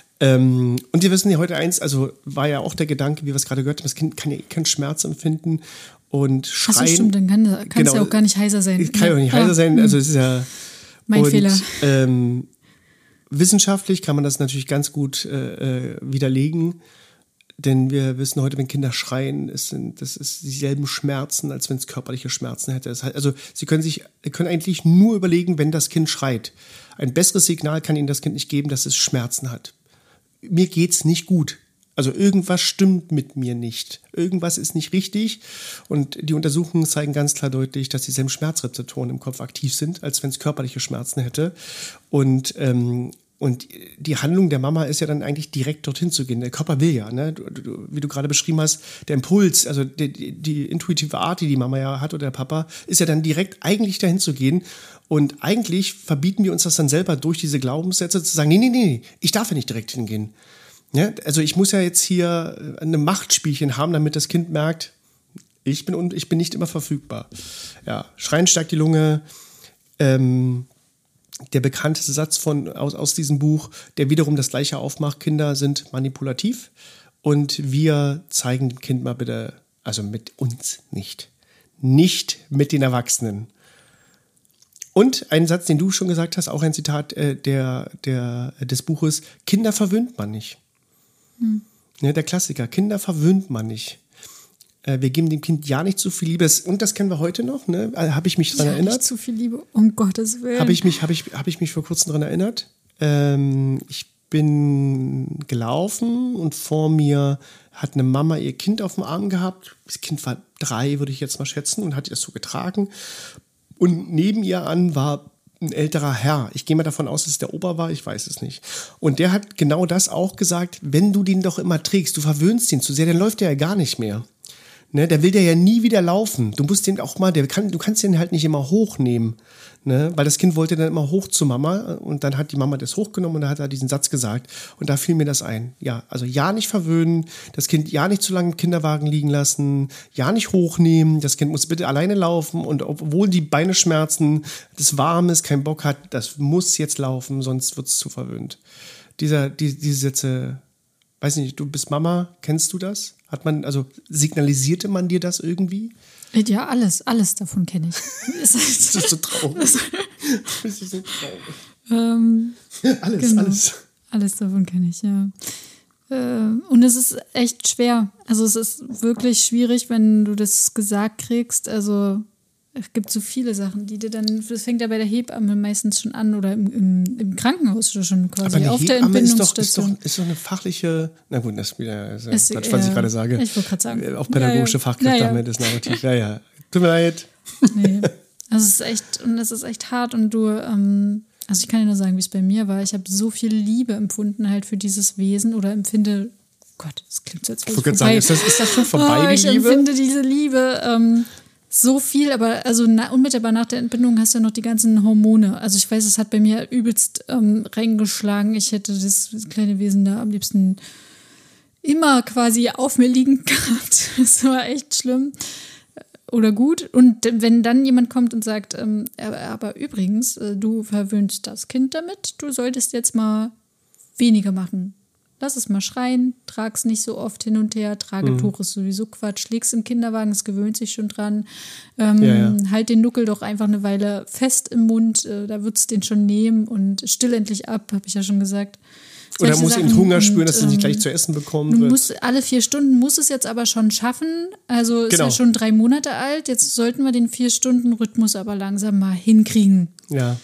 Und wir wissen ja heute eins, also war ja auch der Gedanke, wie wir es gerade gehört haben, das Kind kann ja keinen Schmerz empfinden und schreien. Ach so, stimmt, dann kann es ja auch gar nicht heiser sein. Kann ja auch nicht heiser sein, also es ist ja... Mein Fehler. Wissenschaftlich kann man das natürlich ganz gut widerlegen, denn wir wissen heute, wenn Kinder schreien, das ist dieselben Schmerzen, als wenn es körperliche Schmerzen hätte. Das heißt, also Sie können eigentlich nur überlegen, wenn das Kind schreit. Ein besseres Signal kann Ihnen das Kind nicht geben, dass es Schmerzen hat. Mir geht's nicht gut. Also irgendwas stimmt mit mir nicht. Irgendwas ist nicht richtig. Und die Untersuchungen zeigen ganz klar deutlich, dass dieselben Schmerzrezeptoren im Kopf aktiv sind, als wenn es körperliche Schmerzen hätte. Und die Handlung der Mama ist ja dann eigentlich direkt dorthin zu gehen. Der Körper will ja, ne? Wie du gerade beschrieben hast, der Impuls, also die intuitive Art, die Mama ja hat oder der Papa, ist ja dann direkt eigentlich dahin zu gehen. Und eigentlich verbieten wir uns das dann selber durch diese Glaubenssätze zu sagen, nee, ich darf ja nicht direkt hingehen. Ja? Also ich muss ja jetzt hier ein Machtspielchen haben, damit das Kind merkt, ich bin nicht immer verfügbar. Ja, Schreien stärkt die Lunge. Der bekannteste Satz aus diesem Buch, der wiederum das Gleiche aufmacht: Kinder sind manipulativ und wir zeigen dem Kind mal bitte, also mit uns nicht mit den Erwachsenen. Und ein Satz, den du schon gesagt hast, auch ein Zitat des Buches: Kinder verwöhnt man nicht. Ja, der Klassiker, Kinder verwöhnt man nicht. Wir geben dem Kind ja nicht zu viel Liebe. Und das kennen wir heute noch, ne? Habe ich mich daran erinnert? Nicht zu viel Liebe, um Gottes Willen. Habe ich mich vor kurzem daran erinnert. Ich bin gelaufen und vor mir hat eine Mama ihr Kind auf dem Arm gehabt. Das Kind war 3, würde ich jetzt mal schätzen, und hat das so getragen. Und neben ihr an war ein älterer Herr. Ich gehe mal davon aus, dass es der Opa war, ich weiß es nicht. Und der hat genau das auch gesagt: Wenn du den doch immer trägst, du verwöhnst ihn zu sehr, dann läuft der ja gar nicht mehr. Ne, der will ja nie wieder laufen. Du musst den auch mal, du kannst den halt nicht immer hochnehmen. Ne? Weil das Kind wollte dann immer hoch zu Mama und dann hat die Mama das hochgenommen und da hat er diesen Satz gesagt. Und da fiel mir das ein. Ja, also ja nicht verwöhnen, das Kind ja nicht zu lange im Kinderwagen liegen lassen, ja nicht hochnehmen, das Kind muss bitte alleine laufen und obwohl die Beine schmerzen, das warm ist, keinen Bock hat, das muss jetzt laufen, sonst wird es zu verwöhnt. Diese Sätze, weiß nicht, du bist Mama, kennst du das? Signalisierte man dir das irgendwie? Ja, alles davon kenne ich. Das ist so traurig. Das ist so traurig. Alles. Alles davon kenne ich, ja. Und es ist echt schwer. Also es ist wirklich schwierig, wenn du das gesagt kriegst. Also es gibt so viele Sachen, die dir dann, das fängt ja bei der Hebamme meistens schon an oder im Krankenhaus schon quasi. Aber auf Hebamme der Entbindungsstation. Ist doch eine fachliche, na gut, das ist wieder Quatsch, was ich gerade sage. Ich wollte gerade sagen. Auch pädagogische Fachkräfte haben wir das Narrativ. Ja. Tut mir leid. Nee. Also es ist echt hart und du, also ich kann dir nur sagen, wie es bei mir war. Ich habe so viel Liebe empfunden halt für dieses Wesen oder empfinde, oh Gott, das klingt so, als wäre ich sagen, ist das schon vorbei, die Liebe? Ich empfinde diese Liebe so viel, aber also unmittelbar nach der Entbindung hast du ja noch die ganzen Hormone. Also ich weiß, es hat bei mir übelst reingeschlagen. Ich hätte das kleine Wesen da am liebsten immer quasi auf mir liegen gehabt. Das war echt schlimm. Oder gut. Und wenn dann jemand kommt und sagt, aber übrigens, du verwöhnst das Kind damit, du solltest jetzt mal weniger machen. Lass es mal schreien, trag's nicht so oft hin und her, Tragetuch ist sowieso Quatsch, leg's im Kinderwagen, es gewöhnt sich schon dran. Halt den Nuckel doch einfach eine Weile fest im Mund, da wird's den schon nehmen und still endlich ab, habe ich ja schon gesagt. Oder muss ihn Hunger spüren, dass er nicht gleich zu essen bekommt. Alle 4 Stunden muss es jetzt aber schon schaffen. Also ist ja schon 3 Monate alt. Jetzt sollten wir den 4-Stunden-Rhythmus aber langsam mal hinkriegen. Ja.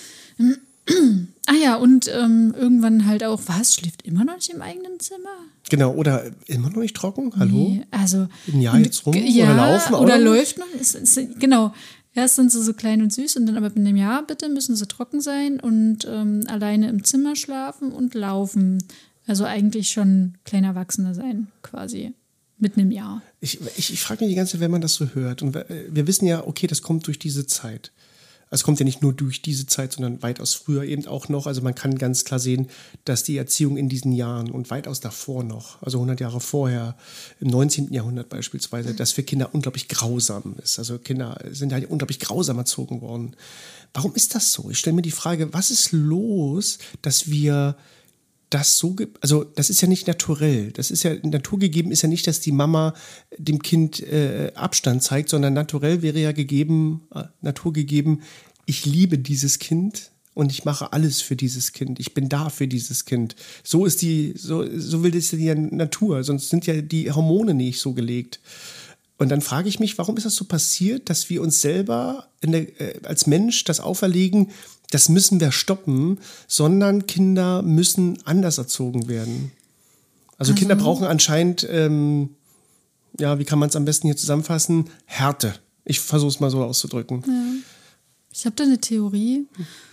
Ah ja, und irgendwann halt auch, schläft immer noch nicht im eigenen Zimmer? Genau, oder immer noch nicht trocken? Hallo? Nee, also ein Jahr jetzt rum? Ja, oder laufen? Oder läuft noch? Genau. Erst sind sie so klein und süß und dann aber mit einem Jahr bitte müssen sie trocken sein und alleine im Zimmer schlafen und laufen. Also eigentlich schon kleiner Erwachsener sein, quasi. Mit einem Jahr. Ich frage mich die ganze Zeit, wenn man das so hört. Und wir wissen ja, okay, das kommt durch diese Zeit. Also es kommt ja nicht nur durch diese Zeit, sondern weitaus früher eben auch noch. Also man kann ganz klar sehen, dass die Erziehung in diesen Jahren und weitaus davor noch, also 100 Jahre vorher, im 19. Jahrhundert beispielsweise, dass für Kinder unglaublich grausam ist. Also Kinder sind halt unglaublich grausam erzogen worden. Warum ist das so? Ich stelle mir die Frage, was ist los, dass wir das so gibt? Also das ist ja nicht naturell. Das ist ja naturgegeben, ist ja nicht, dass die Mama dem Kind Abstand zeigt, sondern naturell wäre ja naturgegeben, ich liebe dieses Kind, und ich mache alles für dieses Kind. Ich bin da für dieses Kind. So will das die Natur, sonst sind ja die Hormone nicht so gelegt. Und dann frage ich mich, warum ist das so passiert, dass wir uns selber als Mensch das auferlegen, das müssen wir stoppen, sondern Kinder müssen anders erzogen werden. Also Kinder brauchen anscheinend, wie kann man es am besten hier zusammenfassen, Härte. Ich versuche es mal so auszudrücken. Ja. Ich habe da eine Theorie,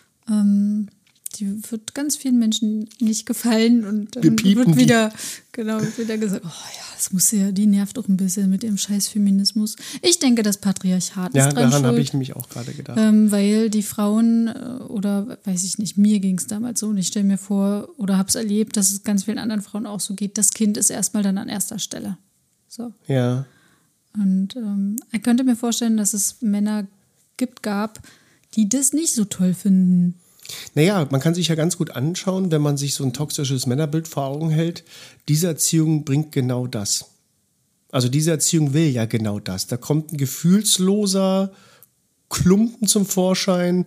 die wird ganz vielen Menschen nicht gefallen und dann wird wieder gesagt, oh ja, das muss ja, die nervt auch ein bisschen mit dem scheiß Feminismus. Ich denke, das Patriarchat ist dran schuld. Ja, daran habe ich nämlich auch gerade gedacht. Weil die Frauen, oder weiß ich nicht, mir ging es damals so und ich stelle mir vor oder habe es erlebt, dass es ganz vielen anderen Frauen auch so geht, das Kind ist erstmal dann an erster Stelle. So. Ja. Und ich könnte mir vorstellen, dass es Männer gab, die das nicht so toll finden. Naja, man kann sich ja ganz gut anschauen, wenn man sich so ein toxisches Männerbild vor Augen hält. Diese Erziehung bringt genau das. Also diese Erziehung will ja genau das. Da kommt ein gefühlsloser Klumpen zum Vorschein,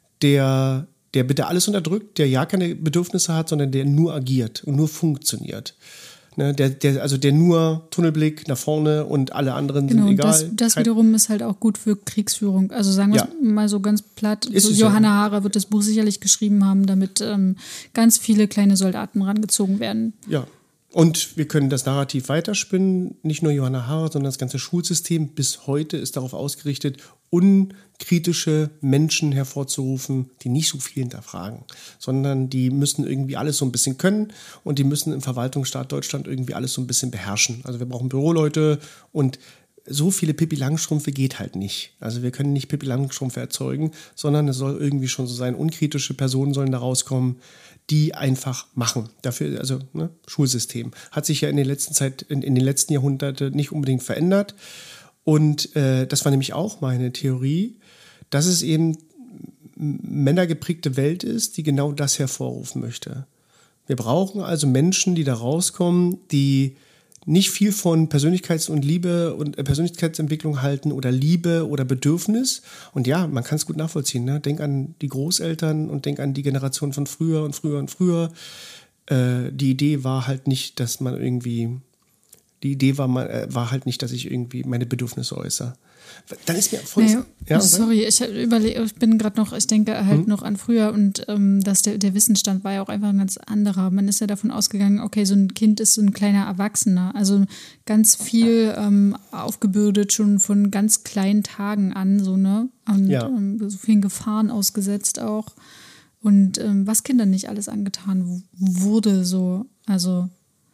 der bitte alles unterdrückt, der ja keine Bedürfnisse hat, sondern der nur agiert und nur funktioniert. Ne, der nur Tunnelblick nach vorne und alle anderen sind egal. Das wiederum ist halt auch gut für Kriegsführung. Also sagen wir es mal so ganz platt. So Johanna Haarer wird das Buch sicherlich geschrieben haben, damit ganz viele kleine Soldaten rangezogen werden. Ja, und wir können das Narrativ weiterspinnen. Nicht nur Johanna Haarer, sondern das ganze Schulsystem bis heute ist darauf ausgerichtet, unkritische Menschen hervorzurufen, die nicht so viel hinterfragen, sondern die müssen irgendwie alles so ein bisschen können und die müssen im Verwaltungsstaat Deutschland irgendwie alles so ein bisschen beherrschen. Also wir brauchen Büroleute und so viele Pippi Langstrumpfe geht halt nicht. Also wir können nicht Pippi Langstrumpfe erzeugen, sondern es soll irgendwie schon so sein, unkritische Personen sollen da rauskommen, die einfach machen. Dafür, also Schulsystem. Hat sich ja in der letzten Zeit, in den letzten Jahrhunderten nicht unbedingt verändert. Und das war nämlich auch meine Theorie, dass es eben männergeprägte Welt ist, die genau das hervorrufen möchte. Wir brauchen also Menschen, die da rauskommen, die nicht viel von Persönlichkeits- und Liebe und Persönlichkeitsentwicklung halten oder Liebe oder Bedürfnis. Und ja, man kann es gut nachvollziehen. Ne? Denk an die Großeltern und denk an die Generation von früher und früher und früher. Die Idee war halt nicht, dass man irgendwie... Die Idee war halt nicht, dass ich irgendwie meine Bedürfnisse äußere. Dann ist mir voll... Sorry, ich bin gerade noch, ich denke halt noch an früher und dass der Wissensstand war ja auch einfach ein ganz anderer. Man ist ja davon ausgegangen, okay, so ein Kind ist so ein kleiner Erwachsener, also ganz viel aufgebürdet schon von ganz kleinen Tagen an, so, ne? Und so vielen Gefahren ausgesetzt auch. Und was Kindern nicht alles angetan wurde, so, also...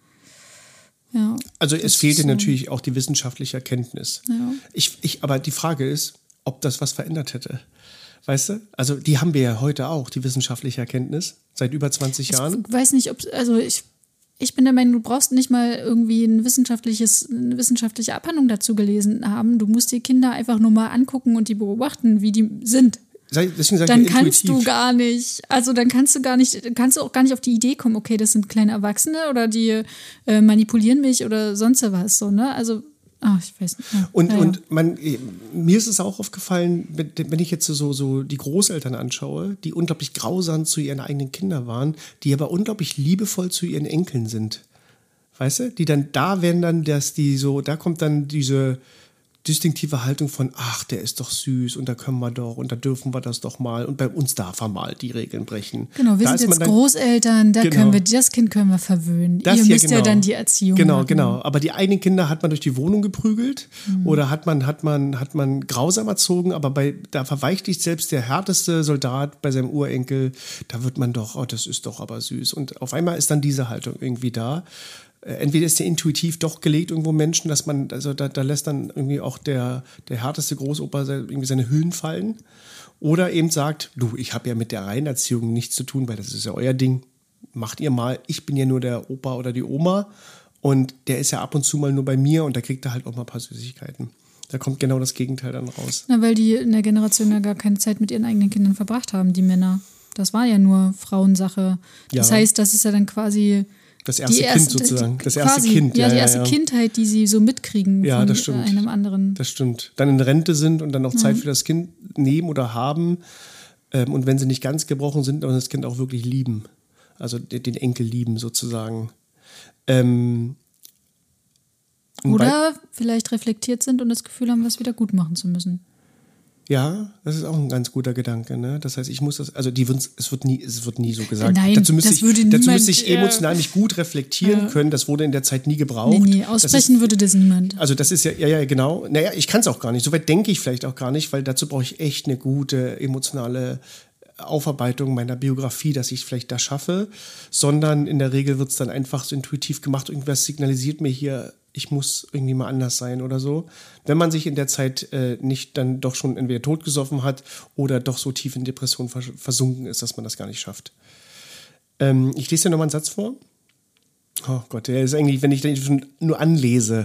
Ja, also es fehlte natürlich auch die wissenschaftliche Erkenntnis. Ja. Aber die Frage ist, ob das was verändert hätte. Weißt du? Also die haben wir ja heute auch, die wissenschaftliche Erkenntnis, seit über 20 Jahren. Ich weiß nicht, ich bin der Meinung, du brauchst nicht mal irgendwie eine wissenschaftliche Abhandlung dazu gelesen haben. Du musst die Kinder einfach nur mal angucken und die beobachten, wie die sind. Dann kannst du gar nicht, kannst du auch gar nicht auf die Idee kommen, okay, das sind kleine Erwachsene oder die manipulieren mich oder sonst was, so, ne? Also, ich weiß nicht. Ja. Und mir ist es auch aufgefallen, wenn ich jetzt so die Großeltern anschaue, die unglaublich grausam zu ihren eigenen Kindern waren, die aber unglaublich liebevoll zu ihren Enkeln sind. Weißt du? Die dann da werden dann, da kommt dann diese distinktive Haltung von, ach, der ist doch süß und da können wir doch und da dürfen wir das doch mal und bei uns darf er mal die Regeln brechen. Genau, wir sind jetzt Großeltern, das Kind können wir verwöhnen. Ihr müsst ja dann die Erziehung machen. Genau. Aber die eigenen Kinder hat man durch die Wohnung geprügelt oder hat man grausam erzogen, aber da verweichlicht selbst der härteste Soldat bei seinem Urenkel, da wird man doch, das ist doch aber süß. Und auf einmal ist dann diese Haltung irgendwie da. Entweder ist der intuitiv doch gelegt irgendwo Menschen, dass man, also da lässt dann irgendwie auch der härteste Großopa irgendwie seine Hüllen fallen. Oder eben sagt, du, ich habe ja mit der Reinerziehung nichts zu tun, weil das ist ja euer Ding. Macht ihr mal, ich bin ja nur der Opa oder die Oma und der ist ja ab und zu mal nur bei mir und da kriegt er halt auch mal ein paar Süßigkeiten. Da kommt genau das Gegenteil dann raus. Na, weil die in der Generation ja gar keine Zeit mit ihren eigenen Kindern verbracht haben, die Männer. Das war ja nur Frauensache. Das heißt, das ist ja dann quasi... Das erste Kind sozusagen. Das erste Kind. Ja, die erste Kindheit, die sie so mitkriegen von das stimmt. Einem anderen. Das stimmt. Dann in Rente sind und dann auch Zeit für das Kind nehmen oder haben. Und wenn sie nicht ganz gebrochen sind, dann das Kind auch wirklich lieben. Also den Enkel lieben sozusagen. Oder vielleicht reflektiert sind und das Gefühl haben, was wieder gut machen zu müssen. Ja, das ist auch ein ganz guter Gedanke. Ne? Das heißt, ich muss das, also es wird nie so gesagt. Nein, dazu müsste ich niemand, emotional nicht gut reflektieren können. Das wurde in der Zeit nie gebraucht. Nee, aussprechen würde das niemand. Also das ist ja, genau. Naja, ich kann es auch gar nicht. Soweit denke ich vielleicht auch gar nicht, weil dazu brauche ich echt eine gute emotionale Aufarbeitung meiner Biografie, dass ich es vielleicht da schaffe. Sondern in der Regel wird es dann einfach so intuitiv gemacht. Irgendwas signalisiert mir hier, ich muss irgendwie mal anders sein oder so. Wenn man sich in der Zeit nicht dann doch schon entweder totgesoffen hat oder doch so tief in Depression versunken ist, dass man das gar nicht schafft. Ich lese dir nochmal einen Satz vor. Oh Gott, der ist eigentlich, wenn ich den schon nur anlese.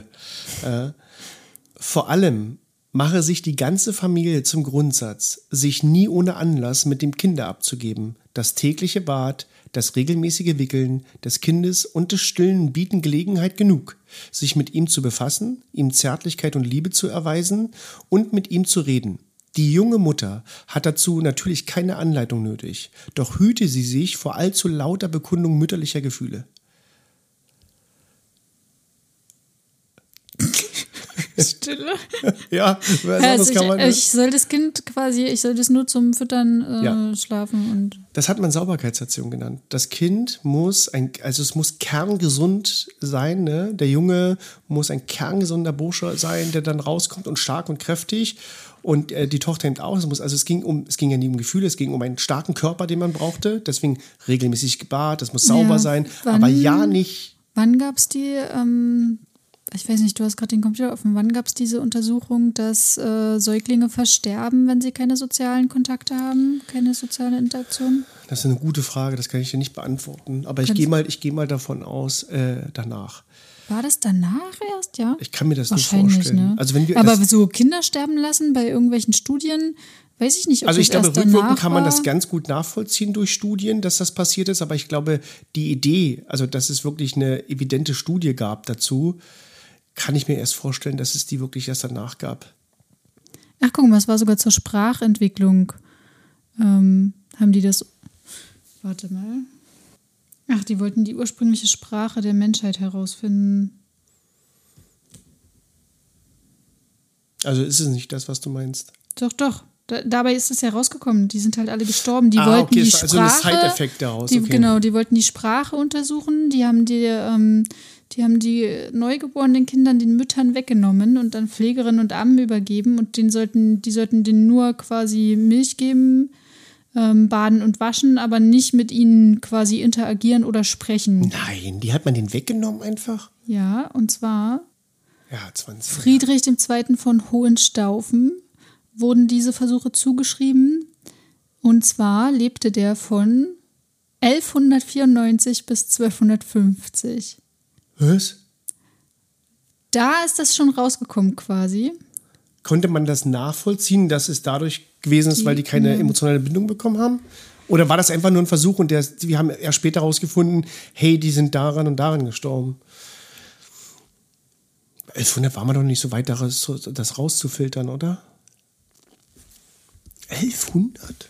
Vor allem mache sich die ganze Familie zum Grundsatz, sich nie ohne Anlass mit dem Kinder abzugeben. Das tägliche Bad, das regelmäßige Wickeln des Kindes und des Stillen bieten Gelegenheit genug, sich mit ihm zu befassen, ihm Zärtlichkeit und Liebe zu erweisen und mit ihm zu reden. Die junge Mutter hat dazu natürlich keine Anleitung nötig, doch hüte sie sich vor allzu lauter Bekundung mütterlicher Gefühle. Stille. Ja, also ich soll das Kind quasi, ich soll das nur zum Füttern schlafen und. Das hat man Sauberkeitserziehung genannt. Das Kind muss es muss kerngesund sein, ne? Der Junge muss ein kerngesunder Bursche sein, der dann rauskommt und stark und kräftig. Und die Tochter eben auch. Es ging ja nie um Gefühle, es ging um einen starken Körper, den man brauchte. Deswegen regelmäßig gebadet, das muss sauber sein. Aber ja nicht. Wann gab es die? Ich weiß nicht, du hast gerade den Computer offen. Wann gab es diese Untersuchung, dass Säuglinge versterben, wenn sie keine sozialen Kontakte haben, keine soziale Interaktion? Das ist eine gute Frage, das kann ich dir nicht beantworten. Aber ich gehe mal davon aus, danach. War das danach erst, ja? Ich kann mir das nicht vorstellen. Ne? Also aber so Kinder sterben lassen bei irgendwelchen Studien, weiß ich nicht, ob also ich das glaube, erst danach rückwirkend kann man war. das ganz gut nachvollziehen durch Studien, dass das passiert ist. Aber ich glaube, die Idee, also dass es wirklich eine evidente Studie gab dazu, kann ich mir erst vorstellen, dass es die wirklich erst danach gab. Ach, guck mal, es war sogar zur Sprachentwicklung. Haben die das... Warte mal. Ach, die wollten die ursprüngliche Sprache der Menschheit herausfinden. Also ist es nicht das, was du meinst? Doch. Dabei ist es ja rausgekommen. Die sind halt alle gestorben. Die wollten die Sprache... Also ein Side-Effekt daraus. Genau, die wollten die Sprache untersuchen. Die haben die neugeborenen Kindern den Müttern weggenommen und dann Pflegerinnen und Ammen übergeben und die sollten denen nur quasi Milch geben, baden und waschen, aber nicht mit ihnen quasi interagieren oder sprechen. Nein, die hat man den weggenommen einfach? Ja, und zwar 20 Friedrich II. Von Hohenstaufen wurden diese Versuche zugeschrieben. Und zwar lebte der von 1194 bis 1250. Was? Da ist das schon rausgekommen quasi. Konnte man das nachvollziehen, dass es dadurch gewesen ist, weil die keine emotionale Bindung bekommen haben? Oder war das einfach nur ein Versuch und wir haben erst später herausgefunden, hey, die sind daran und daran gestorben? 1100 war man doch nicht so weit, das rauszufiltern, oder? 1100?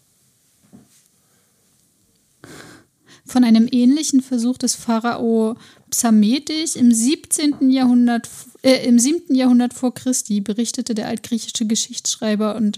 Von einem ähnlichen Versuch des Pharao Psamedes im 7. Jahrhundert vor Christi berichtete der altgriechische Geschichtsschreiber und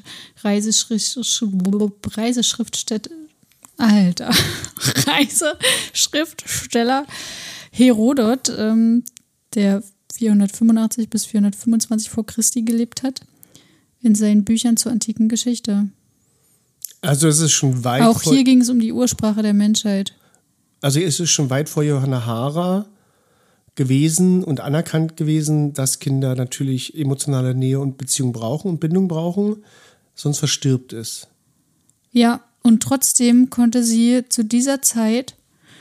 Reiseschriftsteller Herodot, der 485 bis 425 vor Christi gelebt hat, in seinen Büchern zur antiken Geschichte. Also es ist schon weit Auch hier ging es um die Ursprache der Menschheit. Also ist es schon weit vor Johanna Hara gewesen und anerkannt gewesen, dass Kinder natürlich emotionale Nähe und Beziehung brauchen und Bindung brauchen, sonst verstirbt es. Ja, und trotzdem konnte sie zu dieser Zeit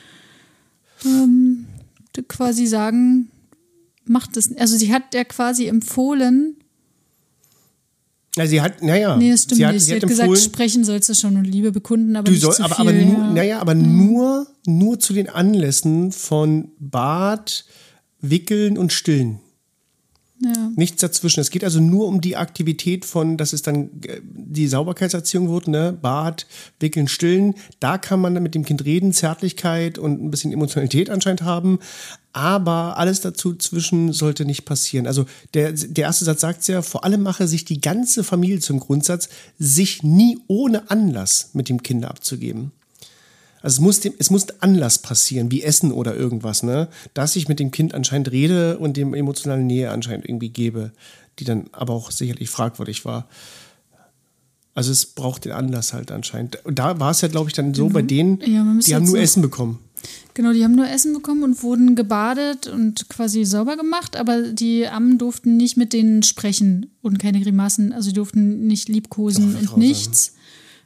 quasi sagen, macht es. Also sie hat ja quasi empfohlen. Ja, sie hat, Nee, das stimmt nicht. Sie hat gesagt, sprechen sollst du schon und Liebe bekunden, aber nicht zu viel. Nur zu den Anlässen von Bad, Wickeln und Stillen. Ja. Nichts dazwischen. Es geht also nur um die Aktivität von, dass es dann die Sauberkeitserziehung wird, ne? Bad, Wickeln, Stillen. Da kann man dann mit dem Kind reden, Zärtlichkeit und ein bisschen Emotionalität anscheinend haben. Aber alles dazu zwischen sollte nicht passieren. Also der erste Satz sagt ja, vor allem mache sich die ganze Familie zum Grundsatz, sich nie ohne Anlass mit dem Kind abzugeben. Also es muss Anlass passieren, wie Essen oder irgendwas, ne? Dass ich mit dem Kind anscheinend rede und dem emotionale Nähe anscheinend irgendwie gebe, die dann aber auch sicherlich fragwürdig war. Also es braucht den Anlass halt anscheinend. Und da war es ja, glaube ich, dann so bei denen, die haben nur Essen bekommen. Genau, die haben nur Essen bekommen und wurden gebadet und quasi sauber gemacht, aber die Ammen durften nicht mit denen sprechen und keine Grimassen, also die durften nicht liebkosen und nichts.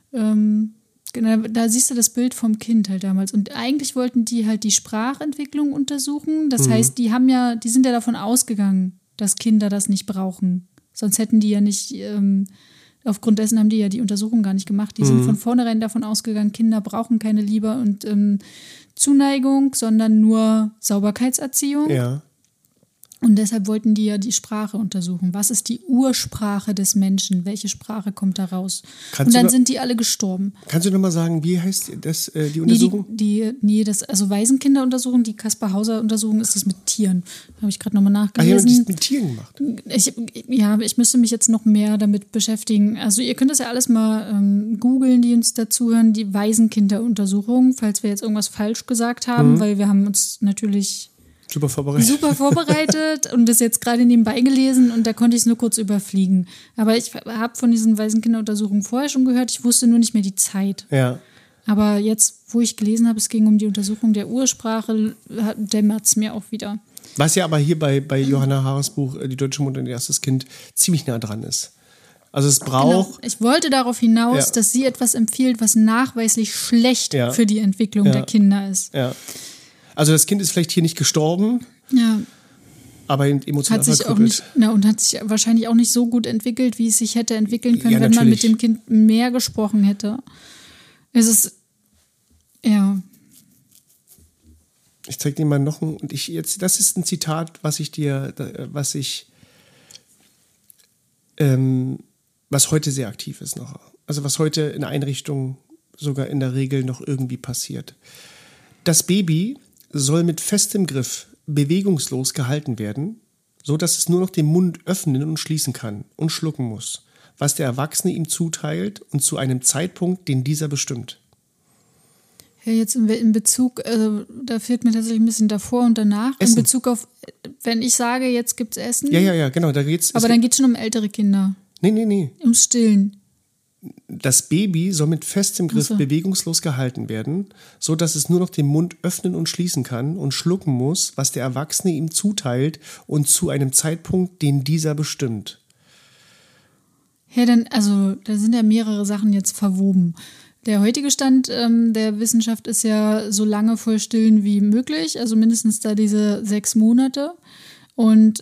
Genau, da siehst du das Bild vom Kind halt damals. Und eigentlich wollten die halt die Sprachentwicklung untersuchen. Das heißt, die sind ja davon ausgegangen, dass Kinder das nicht brauchen. Sonst hätten die ja nicht, aufgrund dessen haben die ja die Untersuchung gar nicht gemacht. Die sind von vornherein davon ausgegangen, Kinder brauchen keine Liebe und Zuneigung, sondern nur Sauberkeitserziehung. Ja. Und deshalb wollten die ja die Sprache untersuchen. Was ist die Ursprache des Menschen? Welche Sprache kommt da raus? Und dann sind die alle gestorben. Kannst du nochmal sagen, wie heißt das, die Untersuchung? Also Waisenkinderuntersuchung, die Kaspar-Hauser-Untersuchung ist das mit Tieren. Da habe ich gerade nochmal nachgelesen. Ah, ja, das mit Tieren gemacht. Ich müsste mich jetzt noch mehr damit beschäftigen. Also ihr könnt das ja alles mal googeln, die uns dazuhören, die Waisenkinderuntersuchung, falls wir jetzt irgendwas falsch gesagt haben, weil wir haben uns natürlich super vorbereitet und das jetzt gerade nebenbei gelesen und da konnte ich es nur kurz überfliegen. Aber ich habe von diesen Waisenkinderuntersuchungen vorher schon gehört, ich wusste nur nicht mehr die Zeit. Ja. Aber jetzt, wo ich gelesen habe, es ging um die Untersuchung der Ursprache, dämmert es mir auch wieder. Was ja aber hier bei Johanna Haares Buch Die deutsche Mutter und ihr erstes Kind ziemlich nah dran ist. Also es braucht... Genau. Ich wollte darauf hinaus, dass sie etwas empfiehlt, was nachweislich schlecht für die Entwicklung der Kinder ist. Ja. Also das Kind ist vielleicht hier nicht gestorben, aber emotional verkrüppelt. Und hat sich wahrscheinlich auch nicht so gut entwickelt, wie es sich hätte entwickeln können, wenn man mit dem Kind mehr gesprochen hätte. Es ist, Ich zeig dir mal noch ein, das ist ein Zitat, was heute sehr aktiv ist noch. Also was heute in der Einrichtung sogar in der Regel noch irgendwie passiert. Das Baby soll mit festem Griff bewegungslos gehalten werden, so dass es nur noch den Mund öffnen und schließen kann und schlucken muss, was der Erwachsene ihm zuteilt und zu einem Zeitpunkt, den dieser bestimmt. Ja, jetzt in Bezug, da fehlt mir tatsächlich ein bisschen davor und danach, Essen. In Bezug auf, wenn ich sage, jetzt gibt's Essen. Ja, genau, da geht's. Aber dann geht es schon um ältere Kinder. Nee. Ums Stillen. Das Baby soll mit festem Griff bewegungslos gehalten werden, so dass es nur noch den Mund öffnen und schließen kann und schlucken muss, was der Erwachsene ihm zuteilt und zu einem Zeitpunkt, den dieser bestimmt. Ja, da sind ja mehrere Sachen jetzt verwoben. Der heutige Stand der Wissenschaft ist ja so lange voll Stillen wie möglich, also mindestens da diese 6 Monate. Und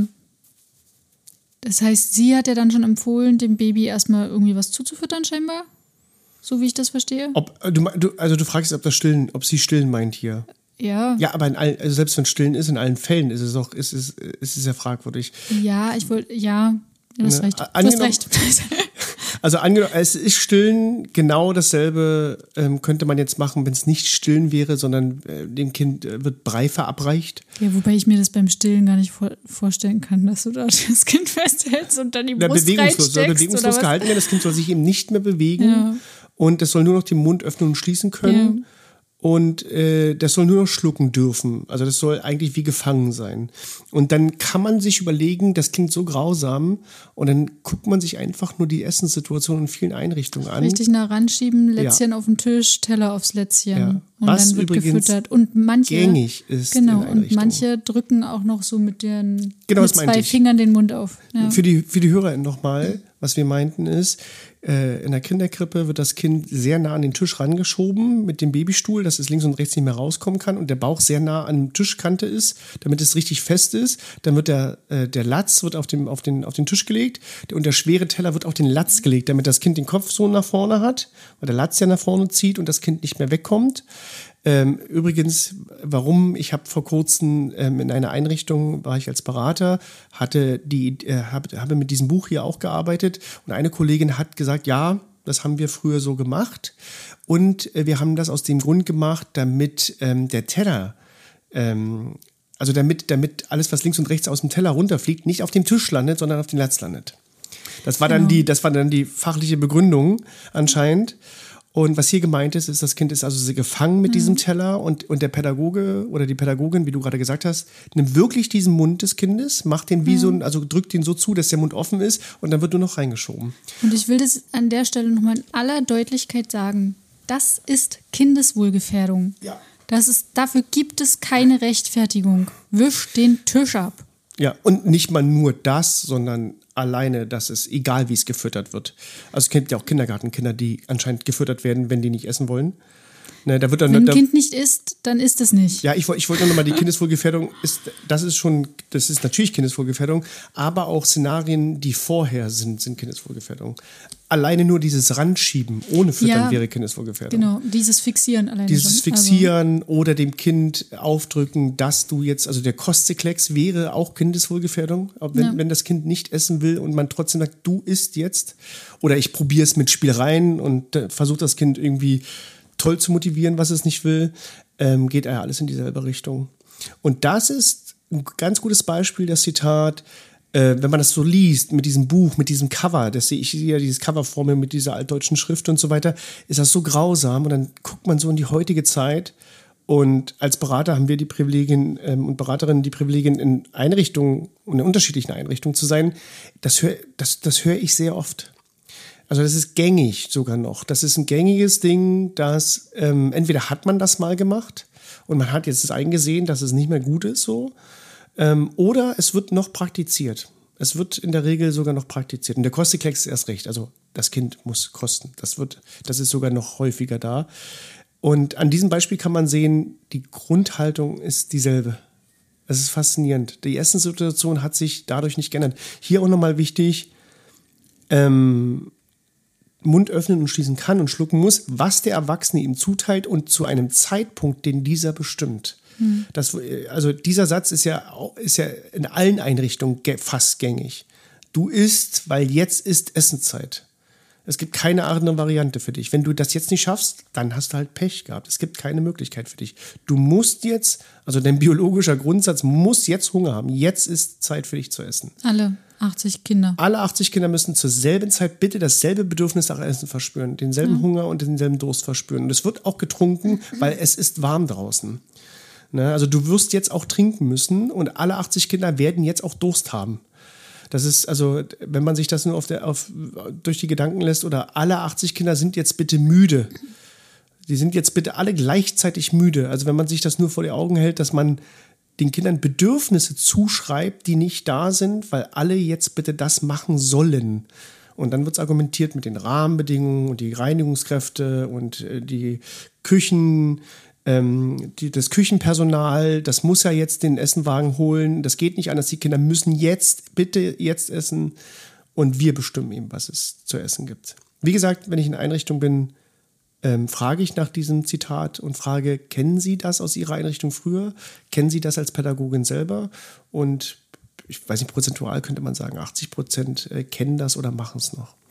das heißt, sie hat ja dann schon empfohlen, dem Baby erstmal irgendwie was zuzufüttern scheinbar, so wie ich das verstehe. Du fragst, ob sie Stillen meint hier. Ja. Ja, aber also selbst wenn Stillen ist, in allen Fällen ist es ja fragwürdig. Ja, du hast recht. Du hast recht. Also angenommen, es ist Stillen, genau dasselbe könnte man jetzt machen, wenn es nicht Stillen wäre, sondern dem Kind wird Brei verabreicht. Ja, wobei ich mir das beim Stillen gar nicht vorstellen kann, dass du da das Kind festhältst und dann die Brust reinsteckst. Bewegungslos gehalten werden, das Kind soll sich eben nicht mehr bewegen und es soll nur noch den Mund öffnen und schließen können. Ja. Und das soll nur noch schlucken dürfen. Also das soll eigentlich wie gefangen sein. Und dann kann man sich überlegen, das klingt so grausam, und dann guckt man sich einfach nur die Essenssituation in vielen Einrichtungen an. Richtig nah ranschieben, Lätzchen auf den Tisch, Teller aufs Lätzchen. Ja. Und was dann wird übrigens gefüttert. Und manche, gängig ist. Genau, und manche drücken auch noch so mit den mit 2 Fingern den Mund auf. Ja. Für die HörerInnen nochmal, was wir meinten ist, in der Kinderkrippe wird das Kind sehr nah an den Tisch rangeschoben mit dem Babystuhl, dass es links und rechts nicht mehr rauskommen kann und der Bauch sehr nah an der Tischkante ist, damit es richtig fest ist. Dann wird der Latz wird auf den Tisch gelegt und der schwere Teller wird auf den Latz gelegt, damit das Kind den Kopf so nach vorne hat, weil der Latz ja nach vorne zieht und das Kind nicht mehr wegkommt. Übrigens, ich habe vor kurzem in einer Einrichtung, war ich als Berater, habe mit diesem Buch hier auch gearbeitet und eine Kollegin hat gesagt, ja, das haben wir früher so gemacht und wir haben das aus dem Grund gemacht, damit der Teller, also damit alles, was links und rechts aus dem Teller runterfliegt, nicht auf dem Tisch landet, sondern auf dem Latz landet. Das war dann die fachliche Begründung anscheinend. Und was hier gemeint ist, das Kind ist also gefangen mit diesem Teller und der Pädagoge oder die Pädagogin, wie du gerade gesagt hast, nimmt wirklich diesen Mund des Kindes, macht den also drückt den so zu, dass der Mund offen ist und dann wird nur noch reingeschoben. Und ich will das an der Stelle nochmal in aller Deutlichkeit sagen. Das ist Kindeswohlgefährdung. Ja. Dafür gibt es keine Rechtfertigung. Wisch den Tisch ab. Ja, und nicht mal nur das, sondern alleine, dass es egal, wie es gefüttert wird. Also es gibt ja auch Kindergartenkinder, die anscheinend gefüttert werden, wenn die nicht essen wollen. Ne, wenn ein Kind nicht isst, dann isst es nicht. Ja, ich wollte noch mal, die Kindeswohlgefährdung das ist natürlich Kindeswohlgefährdung, aber auch Szenarien, die vorher sind Kindeswohlgefährdung. Alleine nur dieses Ranschieben ohne Füttern wäre Kindeswohlgefährdung. Genau, dieses Fixieren alleine. Dieses Fixieren oder dem Kind aufdrücken, dass du jetzt, also der Kostzeklex wäre auch Kindeswohlgefährdung, wenn das Kind nicht essen will und man trotzdem sagt, du isst jetzt. Oder ich probiere es mit Spielereien und versuche das Kind irgendwie toll zu motivieren, was es nicht will, geht ja alles in dieselbe Richtung. Und das ist ein ganz gutes Beispiel, das Zitat, wenn man das so liest, mit diesem Buch, mit diesem Cover, ich sehe ja dieses Cover vor mir mit dieser altdeutschen Schrift und so weiter, ist das so grausam und dann guckt man so in die heutige Zeit und als Berater haben wir die Privilegien und Beraterinnen die Privilegien in Einrichtungen und in unterschiedlichen Einrichtungen zu sein, das höre ich sehr oft. Also das ist gängig sogar noch. Das ist ein gängiges Ding, dass entweder hat man das mal gemacht und man hat jetzt eingesehen, dass es nicht mehr gut ist so, oder es wird noch praktiziert. Es wird in der Regel sogar noch praktiziert. Und der Kostzeklex ist erst recht. Also das Kind muss kosten. Das ist sogar noch häufiger da. Und an diesem Beispiel kann man sehen, die Grundhaltung ist dieselbe. Es ist faszinierend. Die Essenssituation hat sich dadurch nicht geändert. Hier auch nochmal wichtig, Mund öffnen und schließen kann und schlucken muss, was der Erwachsene ihm zuteilt und zu einem Zeitpunkt, den dieser bestimmt. Also dieser Satz ist ja in allen Einrichtungen fast gängig. Du isst, weil jetzt ist Essenszeit. Es gibt keine andere Variante für dich. Wenn du das jetzt nicht schaffst, dann hast du halt Pech gehabt. Es gibt keine Möglichkeit für dich. Du musst jetzt, also dein biologischer Grundsatz muss jetzt Hunger haben. Jetzt ist Zeit für dich zu essen. Alle 80 Kinder. Alle 80 Kinder müssen zur selben Zeit bitte dasselbe Bedürfnis nach Essen verspüren, denselben Hunger und denselben Durst verspüren. Und es wird auch getrunken, weil es ist warm draußen. Ne? Also du wirst jetzt auch trinken müssen und alle 80 Kinder werden jetzt auch Durst haben. Das ist, also, wenn man sich das nur durch die Gedanken lässt, oder alle 80 Kinder sind jetzt bitte müde. Die sind jetzt bitte alle gleichzeitig müde. Also wenn man sich das nur vor die Augen hält, dass man den Kindern Bedürfnisse zuschreibt, die nicht da sind, weil alle jetzt bitte das machen sollen. Und dann wird es argumentiert mit den Rahmenbedingungen und die Reinigungskräfte und die Küchen, das Küchenpersonal, das muss ja jetzt den Essenwagen holen. Das geht nicht anders. Die Kinder müssen bitte jetzt essen. Und wir bestimmen eben, was es zu essen gibt. Wie gesagt, wenn ich in Einrichtung bin, frage ich nach diesem Zitat und frage, kennen Sie das aus Ihrer Einrichtung früher? Kennen Sie das als Pädagogin selber? Und ich weiß nicht, prozentual könnte man sagen, 80% kennen das oder machen es noch.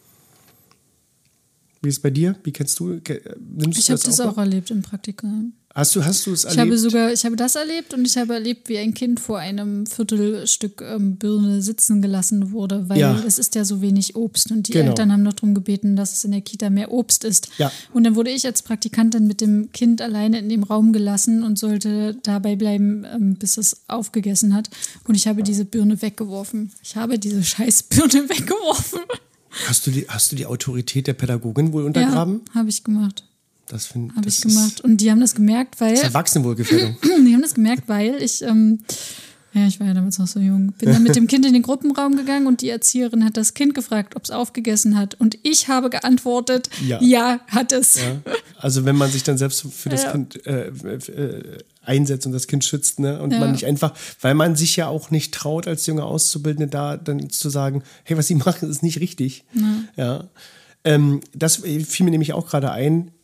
Wie ist es bei dir? Wie kennst du? Ich habe das auch erlebt im Praktikum. Hast du es erlebt? Ich habe das erlebt und ich habe erlebt, wie ein Kind vor einem Viertelstück Birne sitzen gelassen wurde, weil es ist ja so wenig Obst und die Eltern haben noch darum gebeten, dass es in der Kita mehr Obst ist. Ja. Und dann wurde ich als Praktikantin mit dem Kind alleine in dem Raum gelassen und sollte dabei bleiben, bis es aufgegessen hat. Und ich habe diese Birne weggeworfen. Ich habe diese scheiß Birne weggeworfen. Hast du die Autorität der Pädagogin wohl untergraben? Ja, habe ich gemacht. Habe ich gemacht. Und die haben das gemerkt, weil... Das ist Erwachsenenwohlgefährdung. Die haben das gemerkt, weil ich... ich war ja damals noch so jung. Bin dann mit dem Kind in den Gruppenraum gegangen und die Erzieherin hat das Kind gefragt, ob es aufgegessen hat. Und ich habe geantwortet, ja hat es. Ja. Also wenn man sich dann selbst für das Kind einsetzt und das Kind schützt, ne? Und man nicht einfach, weil man sich ja auch nicht traut, als junge Auszubildende da dann zu sagen, hey, was Sie machen, ist nicht richtig. Ja. Das fiel mir nämlich auch gerade ein.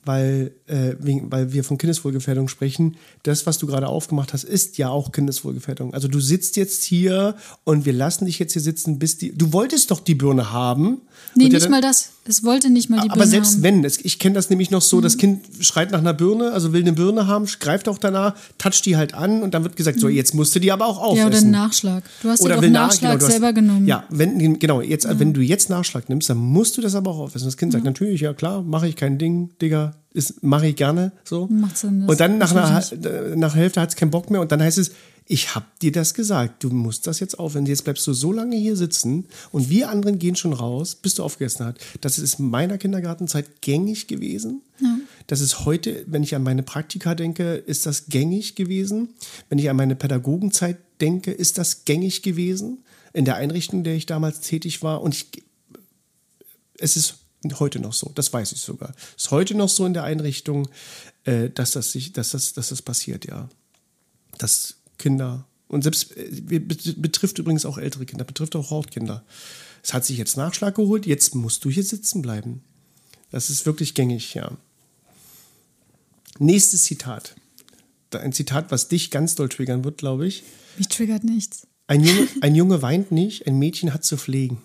weil wir von Kindeswohlgefährdung sprechen. Das, was du gerade aufgemacht hast, ist ja auch Kindeswohlgefährdung. Also du sitzt jetzt hier und wir lassen dich jetzt hier sitzen, du wolltest doch die Birne haben. Nee, nicht mal das. Es wollte nicht mal die Birne haben. Aber selbst wenn, ich kenne das nämlich noch so, das Kind schreit nach einer Birne, also will eine Birne haben, greift auch danach, toucht die halt an und dann wird gesagt, so, jetzt musst du die aber auch aufessen. Ja, oder einen Nachschlag. Du hast ja auch Nachschlag selber genommen. Ja, wenn du jetzt Nachschlag nimmst, dann musst du das aber auch aufessen. Das Kind sagt natürlich, ja klar, mache ich kein Ding, Digga, mache ich gerne. So. Macht Sinn, und dann nach der Hälfte hat es keinen Bock mehr und dann heißt es, ich hab dir das gesagt, du musst das jetzt aufhören. Jetzt bleibst du so lange hier sitzen und wir anderen gehen schon raus, bis du aufgegessen hast. Das ist in meiner Kindergartenzeit gängig gewesen. Ja. Das ist heute, wenn ich an meine Praktika denke, ist das gängig gewesen. Wenn ich an meine Pädagogenzeit denke, ist das gängig gewesen. In der Einrichtung, in der ich damals tätig war. Und es ist heute noch so, das weiß ich sogar. Es ist heute noch so in der Einrichtung, dass das passiert, ja. Dass Kinder, und selbst betrifft übrigens auch ältere Kinder, betrifft auch Hortkinder. Es hat sich jetzt Nachschlag geholt, jetzt musst du hier sitzen bleiben. Das ist wirklich gängig, ja. Nächstes Zitat. Ein Zitat, was dich ganz doll triggern wird, glaube ich. Mich triggert nichts. Ein Junge weint nicht, ein Mädchen hat zu pflegen.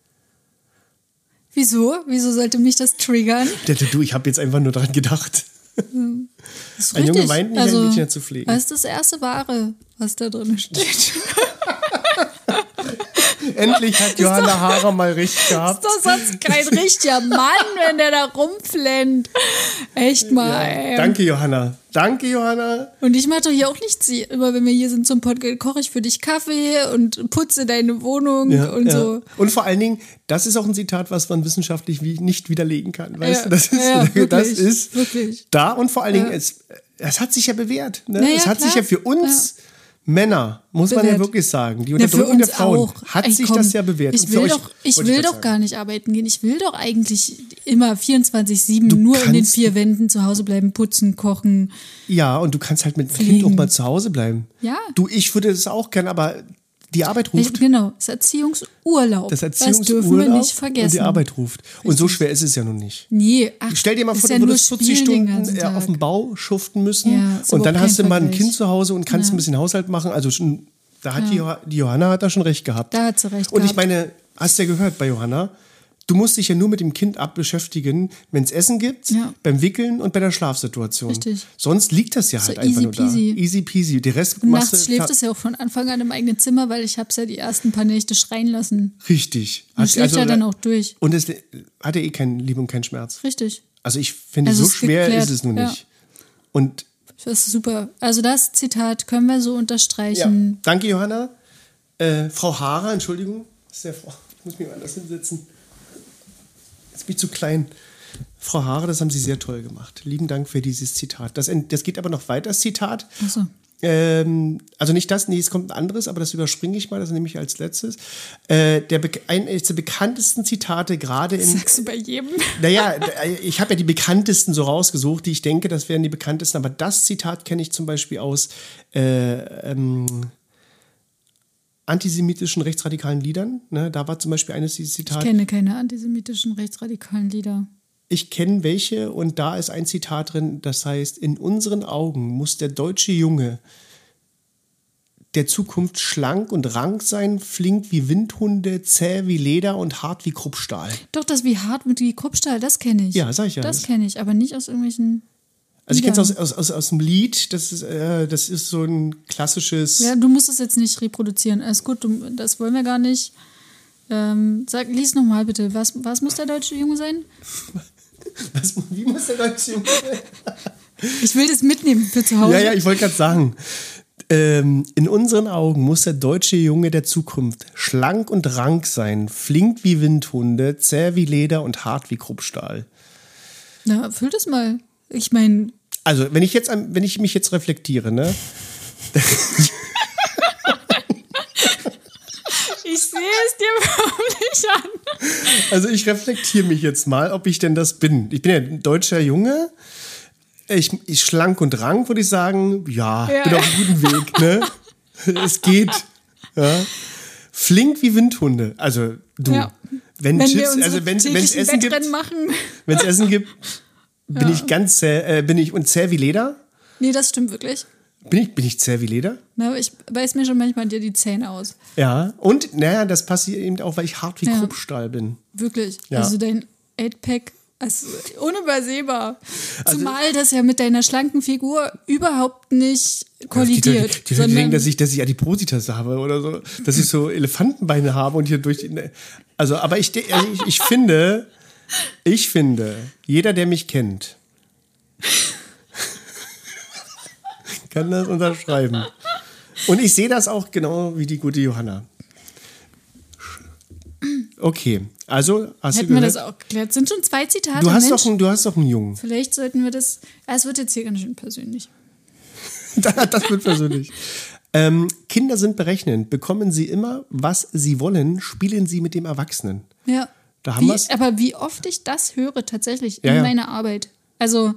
Wieso? Wieso sollte mich das triggern? Du, ich habe jetzt einfach nur daran gedacht. Das ist ein richtig. Junge weint nicht, ein Mädchen hat zu pflegen. Das ist das erste Wahre, was da drin steht. Endlich hat Johanna Haarer mal recht gehabt. Ist doch sonst kein richtiger Mann, wenn der da rumflennt. Echt mal, ey. Danke, Johanna. Danke, Johanna. Und ich mache doch hier auch nichts. Immer wenn wir hier sind zum Podcast, koche ich für dich Kaffee und putze deine Wohnung und so. Und vor allen Dingen, das ist auch ein Zitat, was man wissenschaftlich nicht widerlegen kann. Weißt du, das ist wirklich da. Und vor allen Dingen, es hat sich ja bewährt. Ne? Es hat sich ja für uns Männer, muss man ja wirklich sagen, die Unterdrückung der Frauen, hat sich das ja bewährt. Ich will doch gar nicht arbeiten gehen. Ich will doch eigentlich immer 24/7 nur in den 4 Wänden zu Hause bleiben, putzen, kochen. Ja, und du kannst halt mit dem Kind auch mal zu Hause bleiben. Ja. Ich würde das auch gerne, aber die Arbeit ruft. Genau, das Erziehungsurlaub. Das dürfen wir nicht vergessen. Und die Arbeit ruft. Richtig. Und so schwer ist es ja nun nicht. Nee, stell dir mal vor, du würdest 40 Stunden auf dem Bau schuften müssen und dann hast du mal ein Kind zu Hause und kannst ein bisschen Haushalt machen. Also schon, da hat die Johanna hat da schon recht gehabt. Da hat sie recht gehabt. Und ich meine, hast du ja gehört bei Johanna, du musst dich ja nur mit dem Kind beschäftigen, wenn es Essen gibt, beim Wickeln und bei der Schlafsituation. Richtig. Sonst liegt das ja halt einfach nur da. Easy peasy. Die Rest und nachts schläft es ja auch von Anfang an im eigenen Zimmer, weil ich habe es ja die ersten paar Nächte schreien lassen. Richtig. Und schläft ja dann auch durch. Und es hat ja keine Liebe und keinen Schmerz. Richtig. Also ich finde, so schwer ist es nun nicht. Und das ist super. Also das Zitat können wir so unterstreichen. Ja. Danke, Johanna. Frau Haarer, Entschuldigung. Ich muss mich mal anders hinsetzen. Jetzt bin ich zu klein. Frau Haarer, das haben Sie sehr toll gemacht. Lieben Dank für dieses Zitat. Das geht aber noch weiter, das Zitat. Ach so. Also nicht das, es kommt ein anderes, aber das überspringe ich mal, das nehme ich als letztes. Eines der bekanntesten Zitate gerade in... Sagst du bei jedem? Naja, ich habe ja die bekanntesten so rausgesucht, die ich denke, das wären die bekanntesten, aber das Zitat kenne ich zum Beispiel aus antisemitischen rechtsradikalen Liedern. Ne? Da war zum Beispiel eines dieser Zitate. Ich kenne keine antisemitischen rechtsradikalen Lieder. Ich kenne welche und da ist ein Zitat drin, das heißt, in unseren Augen muss der deutsche Junge der Zukunft schlank und rank sein, flink wie Windhunde, zäh wie Leder und hart wie Kruppstahl. Doch, das wie hart wie Kruppstahl, das kenne ich. Ja, sag ich ja. Das kenne ich, aber nicht aus irgendwelchen... Also ich kenne es aus dem Lied, das ist so ein klassisches... Ja, du musst es jetzt nicht reproduzieren, alles gut, das wollen wir gar nicht. Lies nochmal bitte, was muss der deutsche Junge sein? Wie muss der deutsche Junge sein? Ich will das mitnehmen für zu Hause. Ja, ich wollte gerade sagen, in unseren Augen muss der deutsche Junge der Zukunft schlank und rank sein, flink wie Windhunde, zäh wie Leder und hart wie Kruppstahl. Na, füll das mal. Ich meine... Also, wenn ich mich jetzt reflektiere, ne? Ich sehe es dir wirklich an. Also, ich reflektiere mich jetzt mal, ob ich denn das bin. Ich bin ja ein deutscher Junge. Ich schlank und rank, würde ich sagen. Ja, bin auf einem guten Weg, ne? Es geht. Ja. Flink wie Windhunde. Also, du. Ja. Wenn es Essen gibt. Machen. Wenn es Essen gibt. Bin ich ganz zäh, bin ich und zäh wie Leder? Nee, das stimmt wirklich. Bin ich zäh wie Leder? Na, ich beiß mir schon manchmal dir die Zähne aus. Ja, und naja, das passiert eben auch, weil ich hart wie Kruppstahl bin. Wirklich. Ja. Also dein 8-Pack ist unübersehbar. Zumal das ja mit deiner schlanken Figur überhaupt nicht kollidiert. Die Leute denken, dass ich Adipositas habe oder so, dass ich so Elefantenbeine habe und hier durch. Also, aber ich finde, jeder, der mich kennt, kann das unterschreiben. Und ich sehe das auch genau wie die gute Johanna. Okay, also hast Hätten du wir gehört? das auch geklärt. Sind schon 2 Zitate, Du hast Mensch. doch einen Jungen. Vielleicht sollten wir das... Es wird jetzt hier ganz schön persönlich. Das wird persönlich. Kinder sind berechnend. Bekommen sie immer, was sie wollen, spielen sie mit dem Erwachsenen. Ja. Da haben wir's. Aber wie oft ich das höre tatsächlich Ja, in ja. meiner Arbeit. Also,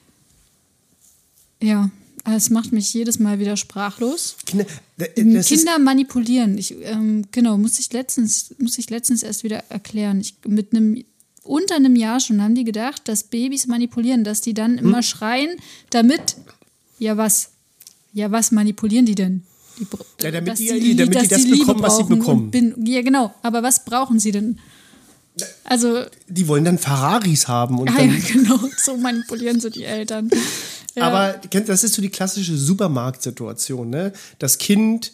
ja, es macht mich jedes Mal wieder sprachlos. Kinder manipulieren. Genau, muss ich letztens erst wieder erklären. Unter einem Jahr schon haben die gedacht, dass Babys manipulieren, dass die dann immer schreien, damit, ja was manipulieren die denn? Damit die das bekommen, was sie bekommen. Ja, genau, aber was brauchen sie denn? Also, die wollen dann Ferraris haben. Und ja, genau, so manipulieren so die Eltern. Ja. Aber das ist so die klassische Supermarktsituation, ne? Das Kind,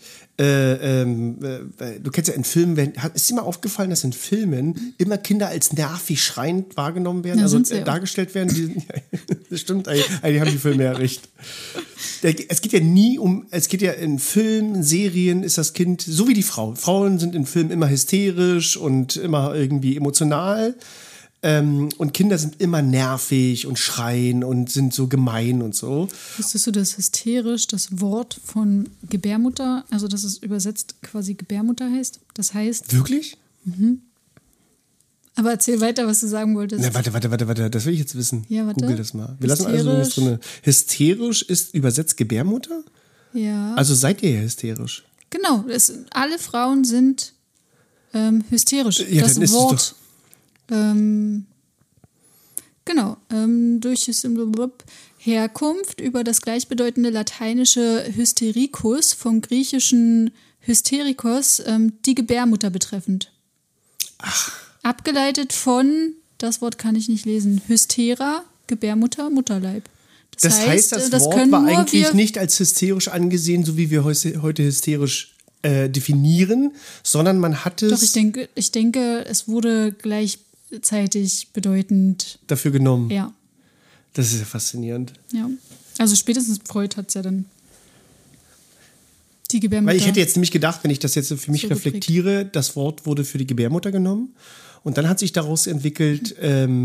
du kennst ja in Filmen, ist dir mal aufgefallen, dass in Filmen immer Kinder als nervig schreiend wahrgenommen werden, also dargestellt werden? Das stimmt, eigentlich haben die Filme ja recht. Es geht ja in Filmen, Serien ist das Kind, so wie die Frau. Frauen sind in Filmen immer hysterisch und immer irgendwie emotional. Und Kinder sind immer nervig und schreien und sind so gemein und so. Wusstest du, dass hysterisch das Wort von Gebärmutter, also dass es übersetzt quasi Gebärmutter heißt? Das heißt... Wirklich? Mhm. Aber erzähl weiter, was du sagen wolltest. Na, warte, das will ich jetzt wissen. Ja, warte. Google das mal. Wir lassen also das drin. Hysterisch ist übersetzt Gebärmutter? Ja. Also seid ihr ja hysterisch? Genau, alle Frauen sind hysterisch. Ja, das dann ist Wort... es doch durch Herkunft über das gleichbedeutende lateinische Hystericus vom griechischen Hysterikos, die Gebärmutter betreffend. Ach. Abgeleitet von, das Wort kann ich nicht lesen, Hystera, Gebärmutter, Mutterleib. Das heißt, das Wort war eigentlich nicht als hysterisch angesehen, so wie wir heute hysterisch definieren, sondern man hat es... Doch, ich denke, es wurde gleichzeitig bedeutend... Dafür genommen. Ja. Das ist ja faszinierend. Ja. Also spätestens Freud hat es ja dann die Gebärmutter... Weil ich hätte jetzt nämlich gedacht, wenn ich das jetzt für mich so reflektiere, das Wort wurde für die Gebärmutter genommen und dann hat sich daraus entwickelt...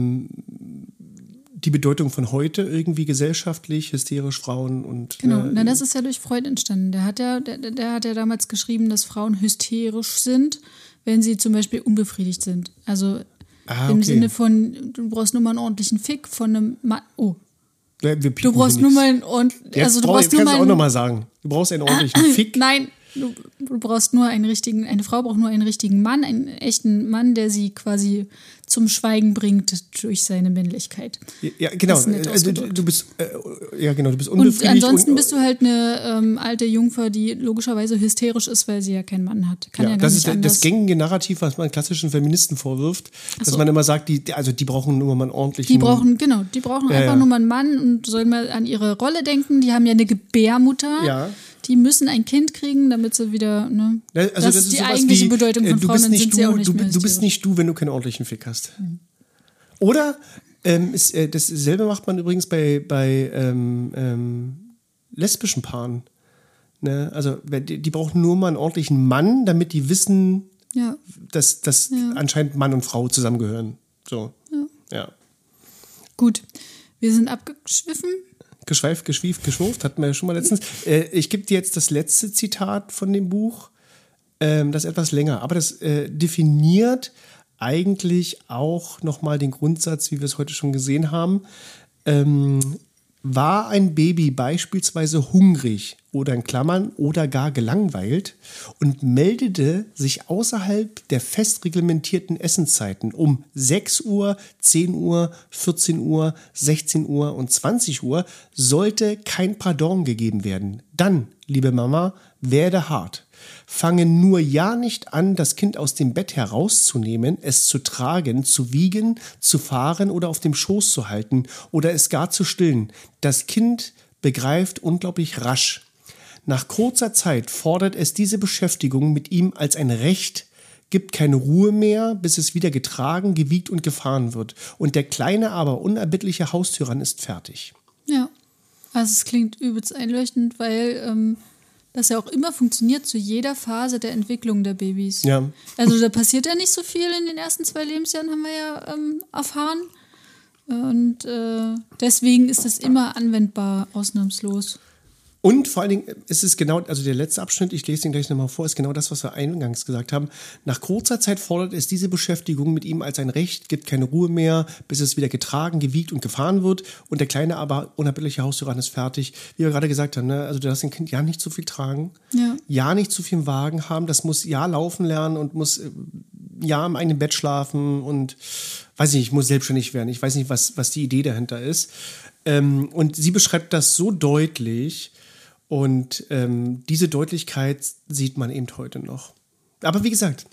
die Bedeutung von heute irgendwie gesellschaftlich, hysterisch Frauen und... Genau, das ist ja durch Freud entstanden. Der hat ja damals geschrieben, dass Frauen hysterisch sind, wenn sie zum Beispiel unbefriedigt sind. Also im Sinne von, du brauchst nur mal einen ordentlichen Fick von einem Mann. Oh. Ja, du brauchst nur mal einen ordentlichen... Also, kannst du auch nochmal sagen. Du brauchst einen ordentlichen Fick. Nein, du brauchst nur eine Frau braucht nur einen richtigen Mann, einen echten Mann, der sie quasi zum Schweigen bringt durch seine Männlichkeit. Ja, genau. Du bist unbefriedigt. Und ansonsten bist du halt eine alte Jungfer, die logischerweise hysterisch ist, weil sie ja keinen Mann hat. Das ist das gängige Narrativ, was man klassischen Feministen vorwirft, dass man immer sagt, die brauchen nur mal einen ordentlichen... Die brauchen einfach nur mal einen Mann und sollen mal an ihre Rolle denken. Die haben ja eine Gebärmutter. Ja. Die müssen ein Kind kriegen, damit sie wieder, ne? Also das ist die eigentliche Bedeutung von Frauen, dann sind sie auch nicht mehr du bist nicht du, wenn du keinen ordentlichen Fick hast. Mhm. Oder dasselbe macht man übrigens bei lesbischen Paaren. Ne? Also die brauchen nur mal einen ordentlichen Mann, damit die wissen, dass anscheinend Mann und Frau zusammengehören. So. Ja. Gut, wir sind abgeschwiffen. Geschwurft, hatten wir ja schon mal letztens. Ich gebe dir jetzt das letzte Zitat von dem Buch, das ist etwas länger, aber das definiert eigentlich auch nochmal den Grundsatz, wie wir es heute schon gesehen haben. War ein Baby beispielsweise hungrig oder in Klammern oder gar gelangweilt und meldete sich außerhalb der fest reglementierten Essenszeiten um 6 Uhr, 10 Uhr, 14 Uhr, 16 Uhr und 20 Uhr, sollte kein Pardon gegeben werden. Dann, liebe Mama, werde hart. Fange nur ja nicht an, das Kind aus dem Bett herauszunehmen, es zu tragen, zu wiegen, zu fahren oder auf dem Schoß zu halten oder es gar zu stillen. Das Kind begreift unglaublich rasch. Nach kurzer Zeit fordert es diese Beschäftigung mit ihm als ein Recht, gibt keine Ruhe mehr, bis es wieder getragen, gewiegt und gefahren wird. Und der kleine, aber unerbittliche Haustyrann ist fertig. Ja, also es klingt übelst einleuchtend, weil das ja auch immer funktioniert zu jeder Phase der Entwicklung der Babys. Ja. Also da passiert ja nicht so viel in den ersten 2 Lebensjahren, haben wir ja erfahren. Und deswegen ist es immer anwendbar, ausnahmslos. Und vor allen Dingen ist es genau, also der letzte Abschnitt, ich lese den gleich nochmal vor, ist genau das, was wir eingangs gesagt haben. Nach kurzer Zeit fordert es diese Beschäftigung mit ihm als ein Recht, gibt keine Ruhe mehr, bis es wieder getragen, gewiegt und gefahren wird. Und der kleine, aber unerbittliche Haustyrann ist fertig. Wie wir gerade gesagt haben, ne? Also du darfst ein Kind ja nicht zu viel tragen, ja nicht zu viel im Wagen haben, das muss ja laufen lernen und muss ja im eigenen Bett schlafen und weiß nicht, muss selbstständig werden. Ich weiß nicht, was die Idee dahinter ist. Und sie beschreibt das so deutlich. Und diese Deutlichkeit sieht man eben heute noch. Aber wie gesagt,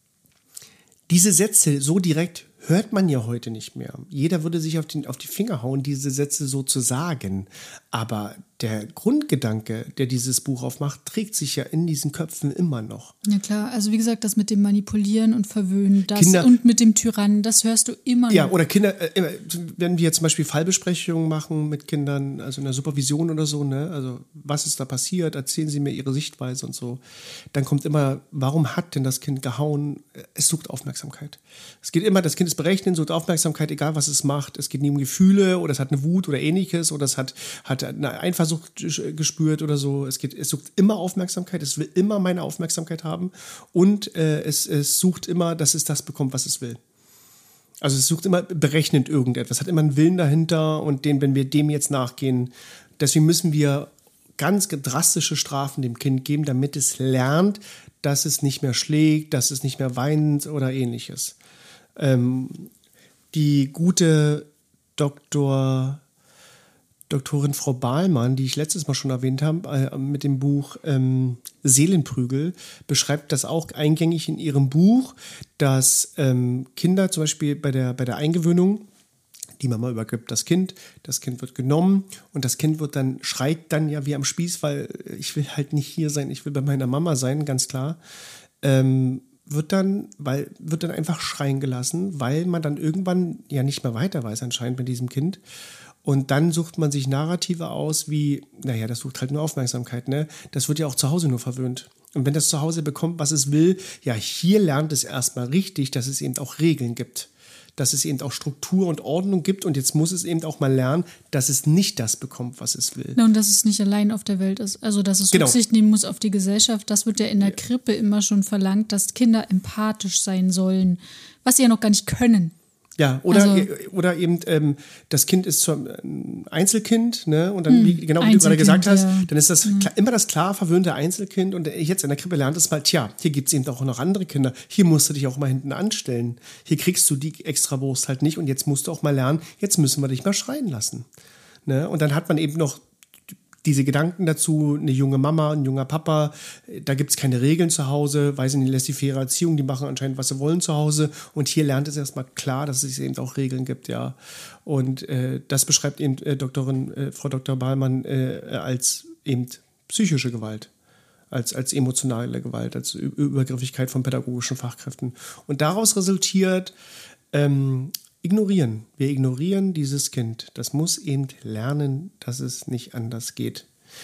diese Sätze so direkt hört man ja heute nicht mehr. Jeder würde sich auf die Finger hauen, diese Sätze so zu sagen. Aber der Grundgedanke, der dieses Buch aufmacht, trägt sich ja in diesen Köpfen immer noch. Ja klar, also wie gesagt, das mit dem Manipulieren und Verwöhnen, das Kinder, und mit dem Tyrannen, das hörst du immer noch. Ja, oder Kinder, wenn wir zum Beispiel Fallbesprechungen machen mit Kindern, also in der Supervision oder so, ne, also was ist da passiert, erzählen sie mir ihre Sichtweise und so, dann kommt immer, warum hat denn das Kind gehauen? Es sucht Aufmerksamkeit. Es geht immer, das Kind ist berechnet, sucht Aufmerksamkeit, egal was es macht. Es geht nie um Gefühle oder es hat eine Wut oder ähnliches oder es hat eine Eifersucht gespürt oder so. Es sucht immer Aufmerksamkeit, es will immer meine Aufmerksamkeit haben und es sucht immer, dass es das bekommt, was es will. Also es sucht immer berechnend irgendetwas, hat immer einen Willen dahinter und wenn wir dem jetzt nachgehen, deswegen müssen wir ganz drastische Strafen dem Kind geben, damit es lernt, dass es nicht mehr schlägt, dass es nicht mehr weint oder ähnliches. Die gute Doktorin Frau Bahlmann, die ich letztes Mal schon erwähnt habe, mit dem Buch Seelenprügel, beschreibt das auch eingängig in ihrem Buch, dass Kinder zum Beispiel bei der Eingewöhnung, die Mama übergibt das Kind wird genommen und das Kind schreit dann ja wie am Spieß, weil ich will halt nicht hier sein, ich will bei meiner Mama sein, ganz klar. Wird dann einfach schreien gelassen, weil man dann irgendwann ja nicht mehr weiter weiß anscheinend mit diesem Kind. Und dann sucht man sich Narrative aus wie, naja, das sucht halt nur Aufmerksamkeit, ne? Das wird ja auch zu Hause nur verwöhnt. Und wenn das zu Hause bekommt, was es will, ja, hier lernt es erstmal richtig, dass es eben auch Regeln gibt. Dass es eben auch Struktur und Ordnung gibt und jetzt muss es eben auch mal lernen, dass es nicht das bekommt, was es will. Ja, und dass es nicht allein auf der Welt ist. Also, dass es Rücksicht nehmen muss auf die Gesellschaft. Das wird ja in der Krippe immer schon verlangt, dass Kinder empathisch sein sollen, was sie ja noch gar nicht können. Ja, oder eben das Kind ist so ein Einzelkind, ne? Und dann, genau wie du gerade gesagt hast, dann ist das immer das klar verwöhnte Einzelkind und jetzt in der Krippe lernt es mal, tja, hier gibt es eben auch noch andere Kinder, hier musst du dich auch mal hinten anstellen, hier kriegst du die Extrawurst halt nicht und jetzt musst du auch mal lernen, jetzt müssen wir dich mal schreien lassen. Ne? Und dann hat man eben noch diese Gedanken dazu, eine junge Mama, ein junger Papa, da gibt es keine Regeln zu Hause, weiß nicht, lässt die faire Erziehung, die machen anscheinend, was sie wollen zu Hause und hier lernt es erstmal klar, dass es eben auch Regeln gibt, ja. Und das beschreibt eben Frau Dr. Bahlmann als eben psychische Gewalt, als emotionale Gewalt, als Übergriffigkeit von pädagogischen Fachkräften. Und daraus resultiert ignorieren. Wir ignorieren dieses Kind. Das muss eben lernen, dass es nicht anders geht.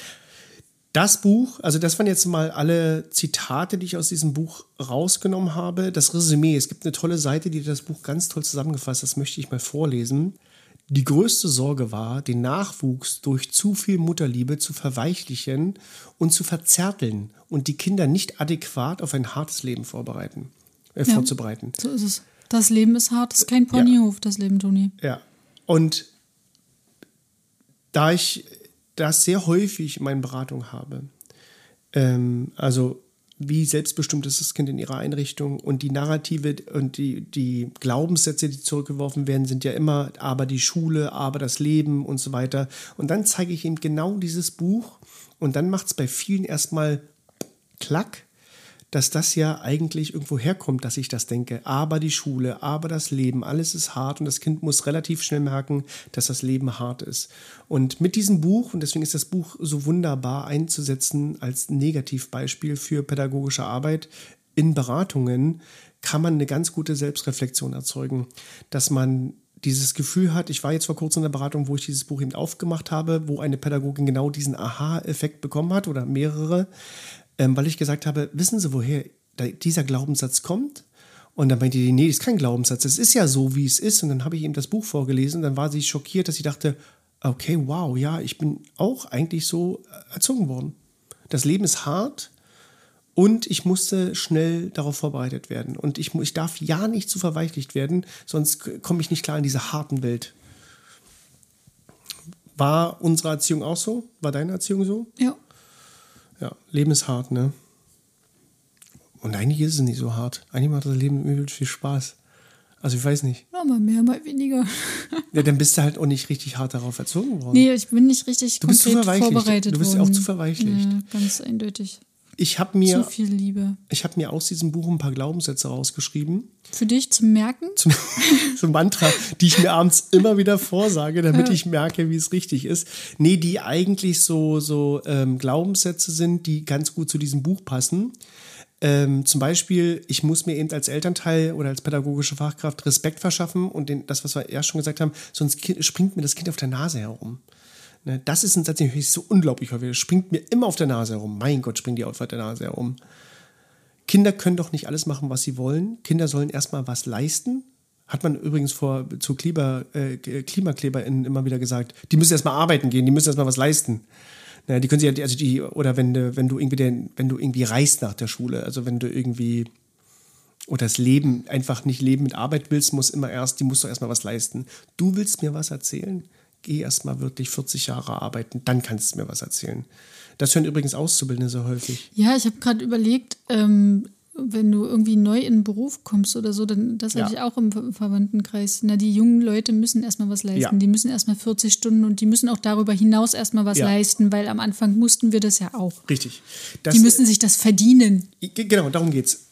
Das Buch, also das waren jetzt mal alle Zitate, die ich aus diesem Buch rausgenommen habe. Das Resümee, es gibt eine tolle Seite, die das Buch ganz toll zusammengefasst hat. Das möchte ich mal vorlesen. Die größte Sorge war, den Nachwuchs durch zu viel Mutterliebe zu verweichlichen und zu verzärteln und die Kinder nicht adäquat auf ein hartes Leben vorzubereiten. So ist es. Das Leben ist hart, das ist kein Ponyhof, das Leben, Toni. Ja, und da ich das sehr häufig in meinen Beratungen habe, also wie selbstbestimmt ist das Kind in ihrer Einrichtung und die Narrative und die Glaubenssätze, die zurückgeworfen werden, sind ja immer aber die Schule, aber das Leben und so weiter. Und dann zeige ich ihm genau dieses Buch und dann macht es bei vielen erstmal Klack, dass das ja eigentlich irgendwo herkommt, dass ich das denke. Aber die Schule, aber das Leben, alles ist hart und das Kind muss relativ schnell merken, dass das Leben hart ist. Und mit diesem Buch, und deswegen ist das Buch so wunderbar einzusetzen als Negativbeispiel für pädagogische Arbeit in Beratungen, kann man eine ganz gute Selbstreflexion erzeugen, dass man dieses Gefühl hat, ich war jetzt vor kurzem in der Beratung, wo ich dieses Buch eben aufgemacht habe, wo eine Pädagogin genau diesen Aha-Effekt bekommen hat oder mehrere, weil ich gesagt habe, wissen Sie, woher dieser Glaubenssatz kommt? Und dann meinte die, nee, das ist kein Glaubenssatz, es ist ja so, wie es ist. Und dann habe ich ihm das Buch vorgelesen und dann war sie schockiert, dass sie dachte, okay, wow, ja, ich bin auch eigentlich so erzogen worden. Das Leben ist hart und ich musste schnell darauf vorbereitet werden. Und ich darf ja nicht zu verweichlicht werden, sonst komme ich nicht klar in diese harten Welt. War unsere Erziehung auch so? War deine Erziehung so? Ja. Ja, Leben ist hart, ne? Und eigentlich ist es nicht so hart. Eigentlich macht das Leben übel viel Spaß. Also ich weiß nicht. Ja, mal mehr, mal weniger. Ja, dann bist du halt auch nicht richtig hart darauf erzogen worden. Nee, ich bin nicht richtig konkret vorbereitet worden. Du bist auch zu verweichlicht. Ja, ganz eindeutig. Zu viel Liebe. Ich habe mir aus diesem Buch ein paar Glaubenssätze rausgeschrieben. Für dich zum Merken? Zum Mantra, die ich mir abends immer wieder vorsage, damit ich merke, wie es richtig ist. Nee, die eigentlich so Glaubenssätze sind, die ganz gut zu diesem Buch passen. Zum Beispiel, ich muss mir eben als Elternteil oder als pädagogische Fachkraft Respekt verschaffen und das, was wir erst schon gesagt haben, sonst springt mir das Kind auf der Nase herum. Ne, das ist ein Satz, den höre ich so unglaublich häufig. Das springt mir immer auf der Nase herum. Mein Gott, springt die auf der Nase herum. Kinder können doch nicht alles machen, was sie wollen. Kinder sollen erstmal was leisten. Hat man übrigens zu KlimakleberInnen immer wieder gesagt. Die müssen erstmal arbeiten gehen, die müssen erstmal was leisten. Naja, die können sich ja, oder wenn du irgendwie reist nach der Schule, also wenn du irgendwie oder das Leben einfach nicht leben mit Arbeit willst, die musst du erstmal was leisten. Du willst mir was erzählen? Geh erstmal wirklich 40 Jahre arbeiten, dann kannst du mir was erzählen. Das hören übrigens Auszubildende so häufig. Ja, ich habe gerade überlegt, wenn du irgendwie neu in den Beruf kommst oder so, dann das habe ich auch im Verwandtenkreis. Na, die jungen Leute müssen erstmal was leisten. Ja. Die müssen erstmal 40 Stunden und die müssen auch darüber hinaus erstmal was leisten, weil am Anfang mussten wir das ja auch. Richtig. Die müssen sich das verdienen. Genau, darum geht's.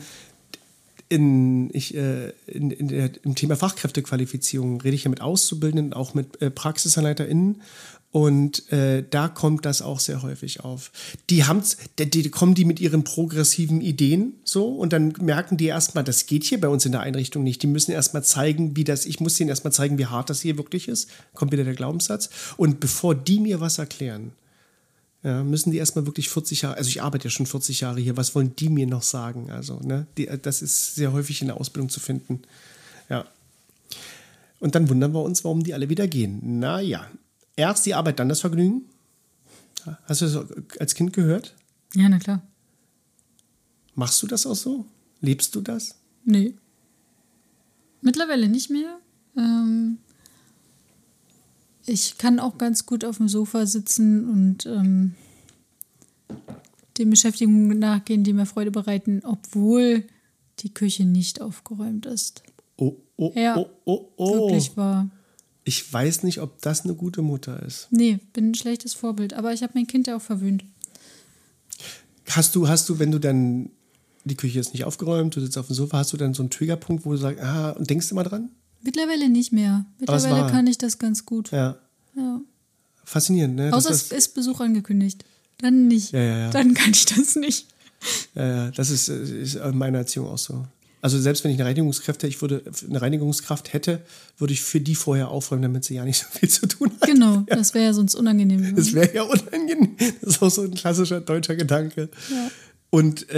Im Thema Fachkräftequalifizierung rede ich ja mit Auszubildenden, auch mit PraxisanleiterInnen und da kommt das auch sehr häufig auf. Die kommen die mit ihren progressiven Ideen so und dann merken die erstmal, das geht hier bei uns in der Einrichtung nicht. Die müssen erstmal zeigen, ich muss denen erstmal zeigen, wie hart das hier wirklich ist. Kommt wieder der Glaubenssatz. Und bevor die mir was erklären, ja, müssen die erstmal wirklich 40 Jahre, also ich arbeite ja schon 40 Jahre hier, was wollen die mir noch sagen? Also, ne, das ist sehr häufig in der Ausbildung zu finden. Ja. Und dann wundern wir uns, warum die alle wieder gehen. Naja, erst die Arbeit, dann das Vergnügen. Hast du das als Kind gehört? Ja, na klar. Machst du das auch so? Lebst du das? Nee. Mittlerweile nicht mehr. Ich kann auch ganz gut auf dem Sofa sitzen und den Beschäftigungen nachgehen, die mir Freude bereiten, obwohl die Küche nicht aufgeräumt ist. Oh. Wirklich wahr. Ich weiß nicht, ob das eine gute Mutter ist. Nee, bin ein schlechtes Vorbild, aber ich habe mein Kind ja auch verwöhnt. Hast du, wenn du dann, die Küche ist nicht aufgeräumt, du sitzt auf dem Sofa, hast du dann so einen Triggerpunkt, wo du sagst, und denkst du immer dran? Mittlerweile nicht mehr. Mittlerweile kann ich das ganz gut. Ja. Faszinierend, ne? Außer es ist Besuch angekündigt. Dann nicht. Ja. Dann kann ich das nicht. Ja, das ist in meiner Erziehung auch so. Also selbst wenn ich eine Reinigungskraft hätte, würde ich für die vorher aufräumen, damit sie ja nicht so viel zu tun hat. Genau, das wäre ja sonst unangenehm. Das wäre ja unangenehm. Das ist auch so ein klassischer deutscher Gedanke. Ja. Und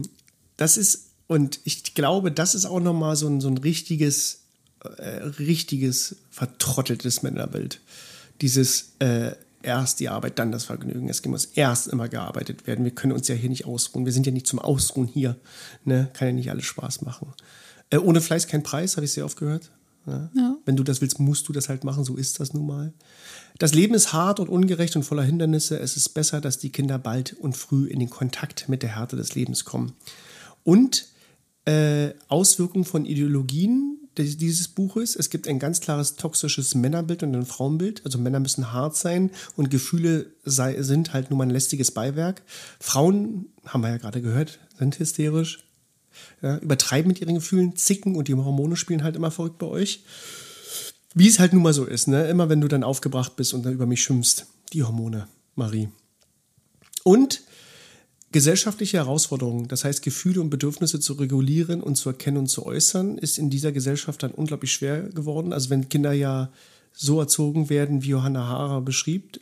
ich glaube, das ist auch nochmal so ein richtiges vertrotteltes Männerbild. Dieses erst die Arbeit, dann das Vergnügen. Es muss erst immer gearbeitet werden. Wir können uns ja hier nicht ausruhen. Wir sind ja nicht zum Ausruhen hier. Ne? Kann ja nicht alles Spaß machen. Ohne Fleiß kein Preis, habe ich sehr oft gehört. Ja? Ja. Wenn du das willst, musst du das halt machen, so ist das nun mal. Das Leben ist hart und ungerecht und voller Hindernisse. Es ist besser, dass die Kinder bald und früh in den Kontakt mit der Härte des Lebens kommen. Und Auswirkungen von Ideologien dieses Buches. Es gibt ein ganz klares toxisches Männerbild und ein Frauenbild. Also Männer müssen hart sein und Gefühle sind halt nur mal ein lästiges Beiwerk. Frauen, haben wir ja gerade gehört, sind hysterisch, ja, übertreiben mit ihren Gefühlen, zicken und die Hormone spielen halt immer verrückt bei euch. Wie es halt nun mal so ist, ne? Immer wenn du dann aufgebracht bist und dann über mich schimpfst. Die Hormone, Marie. Und gesellschaftliche Herausforderungen, das heißt Gefühle und Bedürfnisse zu regulieren und zu erkennen und zu äußern, ist in dieser Gesellschaft dann unglaublich schwer geworden. Also wenn Kinder ja so erzogen werden, wie Johanna Hara beschreibt,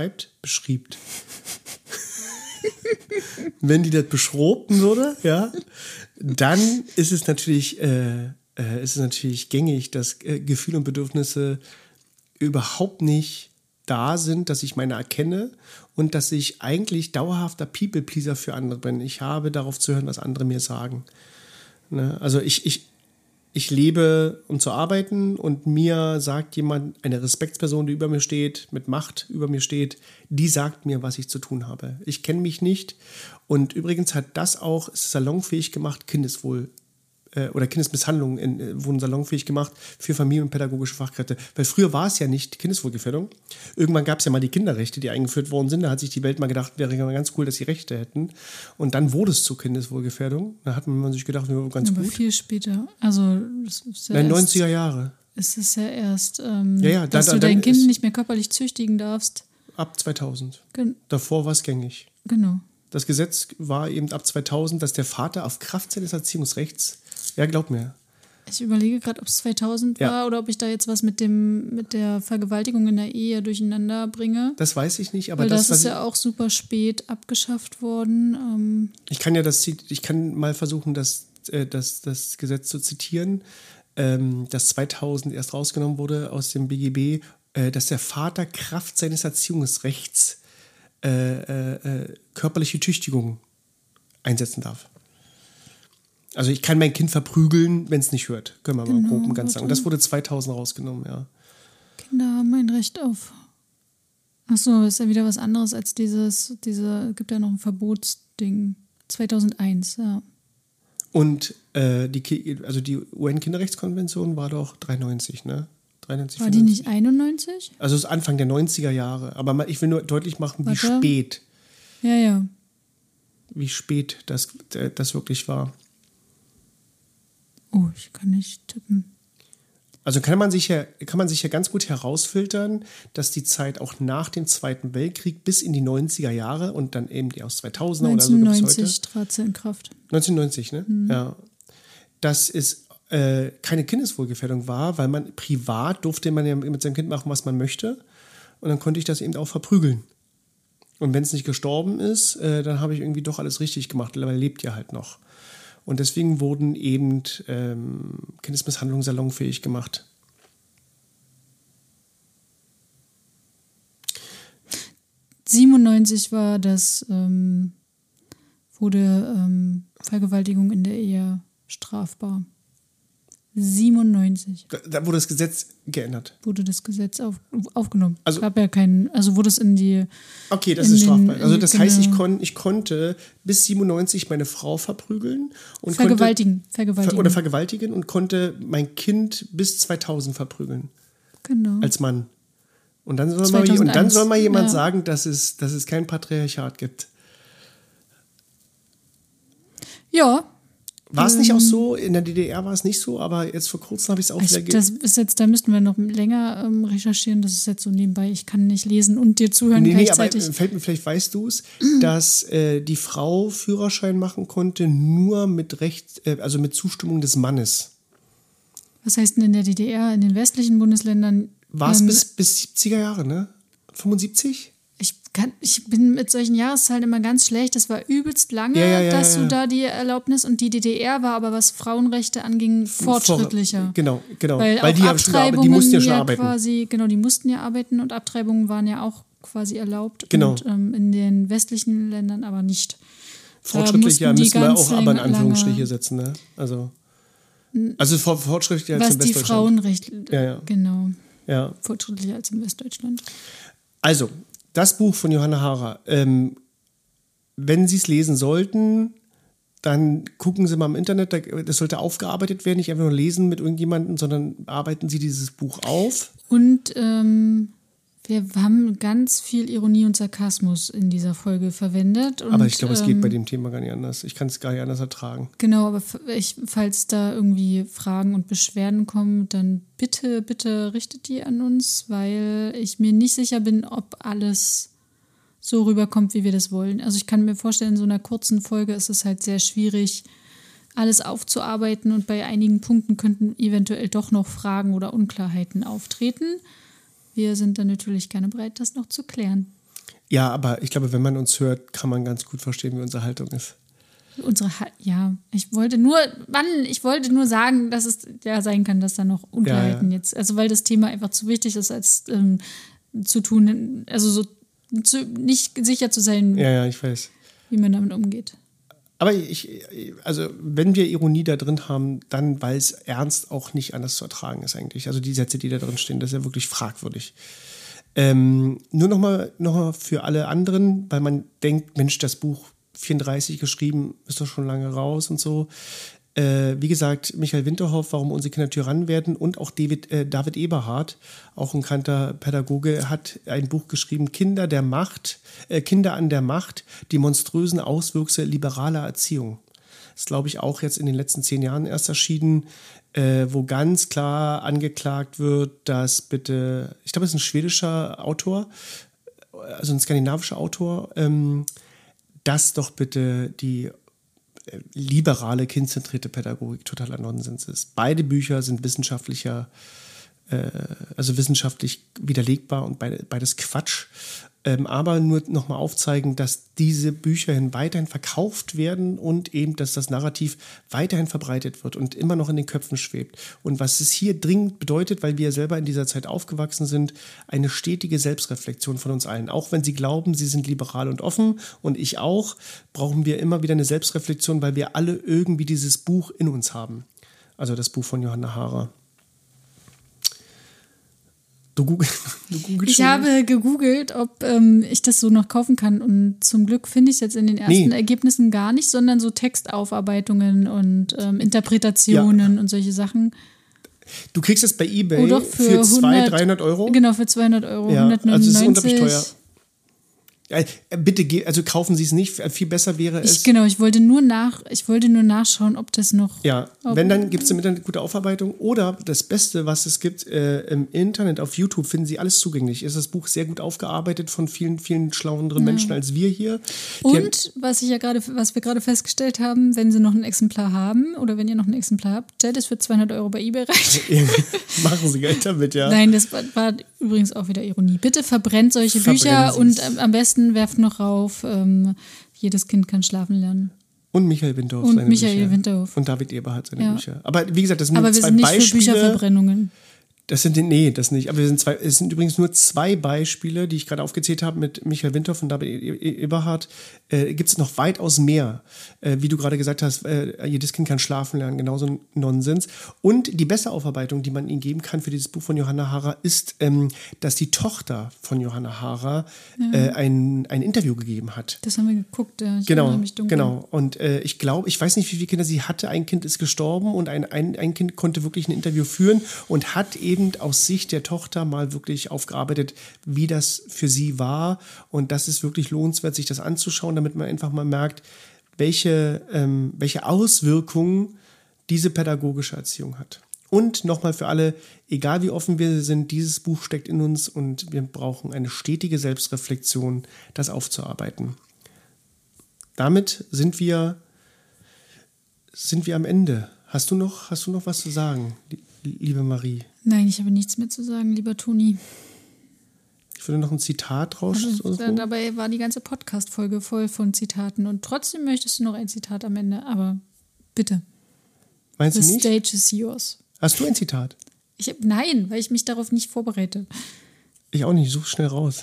wenn die das beschroben würde, ja, dann ist es natürlich gängig, dass Gefühle und Bedürfnisse überhaupt nicht da sind, dass ich meine erkenne und dass ich eigentlich dauerhafter People-Pleaser für andere bin. Ich habe darauf zu hören, was andere mir sagen. Ne? Also ich lebe, um zu arbeiten und mir sagt jemand, eine Respektsperson, die über mir steht, mit Macht über mir steht, die sagt mir, was ich zu tun habe. Ich kenne mich nicht und übrigens hat das auch salonfähig gemacht, Kindeswohl oder Kindesmisshandlungen wurden salonfähig gemacht für Familien- und pädagogische Fachkräfte. Weil früher war es ja nicht Kindeswohlgefährdung. Irgendwann gab es ja mal die Kinderrechte, die eingeführt worden sind. Da hat sich die Welt mal gedacht, wäre ja ganz cool, dass sie Rechte hätten. Und dann wurde es zur Kindeswohlgefährdung. Da hat man sich gedacht, wäre ganz gut. Aber viel später. Also das ist ja in den 90er Jahre. Es ist ja erst, dass du dein Kind nicht mehr körperlich züchtigen darfst. Ab 2000. Davor war es gängig. Genau. Das Gesetz war eben ab 2000, dass der Vater auf Kraft seines Erziehungsrechts, ja, glaub mir. Ich überlege gerade, ob es 2000 war oder ob ich da jetzt was mit der Vergewaltigung in der Ehe durcheinander bringe. Das weiß ich nicht, aber weil das ist ja auch super spät abgeschafft worden. Ich kann mal versuchen, das Gesetz zu zitieren, das 2000 erst rausgenommen wurde aus dem BGB, dass der Vater Kraft seines Erziehungsrechts körperliche Tüchtigung einsetzen darf. Also ich kann mein Kind verprügeln, wenn es nicht hört. Können wir mal grob und ganz sagen. Und das wurde 2000 rausgenommen, ja. Kinder haben ein Recht auf. Achso, ist ja wieder was anderes als gibt ja noch ein Verbotsding. 2001, ja. Und die UN-Kinderrechtskonvention war doch 93, ne? 93, war die nicht 91? Also es ist Anfang der 90er Jahre. Aber ich will nur deutlich machen, wie spät. Ja. Wie spät das wirklich war. Oh, ich kann nicht tippen. Also kann man sich ja ganz gut herausfiltern, dass die Zeit auch nach dem Zweiten Weltkrieg bis in die 90er Jahre und dann eben die aus 2000er oder so bis heute. 1990 trat sie in Kraft. 1990, ne? Mhm. Ja. Das ist keine Kindeswohlgefährdung war, weil man privat durfte man ja mit seinem Kind machen, was man möchte. Und dann konnte ich das eben auch verprügeln. Und wenn es nicht gestorben ist, dann habe ich irgendwie doch alles richtig gemacht, weil er lebt ja halt noch. Und deswegen wurden eben Kindesmisshandlungen salonfähig gemacht. '97 war das, wurde Vergewaltigung in der Ehe strafbar. 97. Da wurde das Gesetz geändert. Wurde das Gesetz aufgenommen. Also gab ja keinen, also wurde es in die. Okay, das ist strafbar. Also das heißt, ich konnte bis 97 meine Frau verprügeln und vergewaltigen und konnte mein Kind bis 2000 verprügeln. Genau. Als Mann. Und dann soll mal jemand sagen, dass es kein Patriarchat gibt. Ja. War es nicht auch so? In der DDR war es nicht so, aber jetzt vor kurzem habe ich es auch wieder da müssten wir noch länger recherchieren. Das ist jetzt so nebenbei. Ich kann nicht lesen und dir zuhören gleichzeitig. Aber vielleicht weißt du es, dass die Frau Führerschein machen konnte, nur mit mit Zustimmung des Mannes. Was heißt denn in der DDR, in den westlichen Bundesländern? War es bis 70er Jahre, ne? 75? Ich bin mit solchen Jahreszahlen immer ganz schlecht. Das war übelst lange, dass du da die Erlaubnis, und die DDR war aber, was Frauenrechte anging, fortschrittlicher. Genau. Weil die mussten ja schon arbeiten. Die mussten ja arbeiten und Abtreibungen waren ja auch quasi erlaubt. Genau. Und in den westlichen Ländern aber nicht. Fortschrittlicher müssen wir auch aber in Anführungsstriche setzen, ne? Also. Also fortschrittlicher als was in die Westdeutschland. Frauenrechte, Ja. genau, Ja. fortschrittlicher als in Westdeutschland. Also, das Buch von Johanna Haarer. Wenn Sie es lesen sollten, dann gucken Sie mal im Internet. Das sollte aufgearbeitet werden, nicht einfach nur lesen mit irgendjemandem, sondern arbeiten Sie dieses Buch auf. Und wir haben ganz viel Ironie und Sarkasmus in dieser Folge verwendet. Und, Aber ich glaube, es geht bei dem Thema gar nicht anders. Ich kann es gar nicht anders ertragen. Genau, aber falls da irgendwie Fragen und Beschwerden kommen, dann bitte, bitte richtet die an uns, weil ich mir nicht sicher bin, ob alles so rüberkommt, wie wir das wollen. Also ich kann mir vorstellen, in so einer kurzen Folge ist es halt sehr schwierig, alles aufzuarbeiten und bei einigen Punkten könnten eventuell doch noch Fragen oder Unklarheiten auftreten. Wir sind dann natürlich gerne bereit, das noch zu klären. Ja, aber ich glaube, wenn man uns hört, kann man ganz gut verstehen, wie unsere Haltung ist. Ich wollte nur sagen, dass es ja sein kann, dass da noch Unklarheiten jetzt, also weil das Thema einfach zu wichtig ist, als zu tun, also so nicht sicher zu sein, Ja, ich weiß. wie man damit umgeht. Aber also wenn wir Ironie da drin haben, dann, weil es ernst auch nicht anders zu ertragen ist eigentlich. Also die Sätze, die da drin stehen, das ist ja wirklich fragwürdig. Nur noch mal für alle anderen, weil man denkt, Mensch, das Buch 34 geschrieben, ist doch schon lange raus und so. Wie gesagt, Michael Winterhoff, Warum unsere Kinder Tyrannen werden, und auch David Eberhard, auch ein bekannter Pädagoge, hat ein Buch geschrieben, Kinder an der Macht, die monströsen Auswüchse liberaler Erziehung. Das ist, glaube ich, auch jetzt in den letzten 10 Jahren erst erschienen, wo ganz klar angeklagt wird, dass bitte, ich glaube, es ist ein schwedischer Autor, also ein skandinavischer Autor, dass doch bitte die liberale, kindzentrierte Pädagogik totaler Nonsens ist. Beide Bücher sind wissenschaftlich widerlegbar und beides Quatsch. Aber nur nochmal aufzeigen, dass diese Bücher weiterhin verkauft werden und eben, dass das Narrativ weiterhin verbreitet wird und immer noch in den Köpfen schwebt. Und was es hier dringend bedeutet, weil wir selber in dieser Zeit aufgewachsen sind, eine stetige Selbstreflexion von uns allen. Auch wenn Sie glauben, Sie sind liberal und offen und ich auch, brauchen wir immer wieder eine Selbstreflexion, weil wir alle irgendwie dieses Buch in uns haben. Also das Buch von Johanna Haarer. Du googelst Ich habe gegoogelt, ob ich das so noch kaufen kann, und zum Glück finde ich es jetzt in den ersten Ergebnissen gar nicht, sondern so Textaufarbeitungen und Interpretationen und solche Sachen. Du kriegst es bei eBay für 200-300 Euro? Genau, für 200 Euro, ja, 199. Also es ist unglaublich teuer. Bitte, also kaufen Sie es nicht, viel besser wäre es. Ich wollte nur nachschauen, ob das noch. Ja, wenn, dann gibt es im Internet gute Aufarbeitung. Oder das Beste, was es gibt, im Internet, auf YouTube finden Sie alles zugänglich. Ist das Buch sehr gut aufgearbeitet von vielen, vielen schlaueren Menschen als wir hier. Und was wir gerade festgestellt haben, wenn Sie noch ein Exemplar haben oder wenn ihr noch ein Exemplar habt, stellt es für 200 Euro bei eBay rein. Machen Sie Geld damit, ja. Nein, das war übrigens auch wieder Ironie. Bitte verbrennt solche Bücher und am besten werft noch rauf, jedes Kind kann schlafen lernen. Und Michael Winterhoff seine Bücher. Und David Eberhard seine Bücher. Aber wie gesagt, das sind nur zwei Beispiele. Aber wir sind nicht für Bücherverbrennungen. Das sind nicht. Aber es sind übrigens nur 2 Beispiele, die ich gerade aufgezählt habe mit Michael Winterhoff und David Eberhard. Gibt es noch weitaus mehr. Wie du gerade gesagt hast, jedes Kind kann schlafen lernen, genauso ein Nonsens. Und die beste Aufarbeitung, die man ihnen geben kann für dieses Buch von Johanna Haarer, ist, dass die Tochter von Johanna Haarer ein Interview gegeben hat. Das haben wir geguckt, ja. Genau. Und ich weiß nicht, wie viele Kinder sie hatte. Ein Kind ist gestorben und ein Kind konnte wirklich ein Interview führen und hat eben aus Sicht der Tochter mal wirklich aufgearbeitet, wie das für sie war. Und das ist wirklich lohnenswert, sich das anzuschauen, damit man einfach mal merkt, welche Auswirkungen diese pädagogische Erziehung hat. Und nochmal für alle, egal wie offen wir sind, dieses Buch steckt in uns und wir brauchen eine stetige Selbstreflexion, das aufzuarbeiten. Damit sind wir am Ende. Hast du noch was zu sagen, liebe Marie? Nein, ich habe nichts mehr zu sagen, lieber Toni. Ich würde noch ein Zitat raussuchen. Dabei war die ganze Podcast-Folge voll von Zitaten und trotzdem möchtest du noch ein Zitat am Ende, aber bitte. Meinst du nicht? The stage is yours. Hast du ein Zitat? Nein, weil ich mich darauf nicht vorbereite. Ich auch nicht, such schnell raus.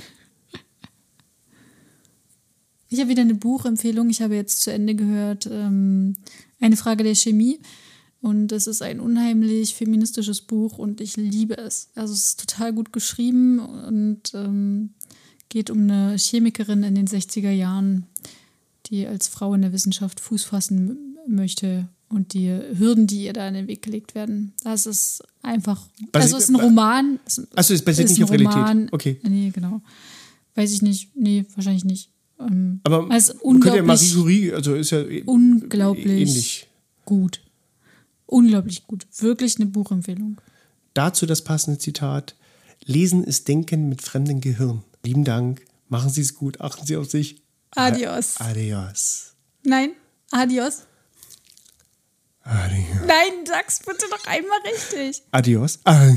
Ich habe wieder eine Buchempfehlung. Ich habe jetzt zu Ende gehört, Eine Frage der Chemie. Und es ist ein unheimlich feministisches Buch und ich liebe es. Also es ist total gut geschrieben und geht um eine Chemikerin in den 60er Jahren, die als Frau in der Wissenschaft Fuß fassen möchte und die Hürden, die ihr da in den Weg gelegt werden. Das ist einfach, also es ist ein Roman. Achso, es basiert nicht auf Realität. Okay. Nee, genau. Weiß ich nicht. Nee, wahrscheinlich nicht. Aber man könnte ja Marie Curie, also ist ja unglaublich ähnlich. Gut. Unglaublich gut. Wirklich eine Buchempfehlung. Dazu das passende Zitat: Lesen ist Denken mit fremdem Gehirn. Lieben Dank. Machen Sie es gut. Achten Sie auf sich. Adios. Adios. Nein, adios. Adios. Nein, sag's bitte noch einmal richtig. Adios. Adios.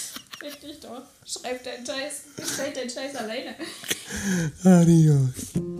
Richtig doch. Schreib deinen Scheiß. Schreib deinen Scheiß alleine. Adios.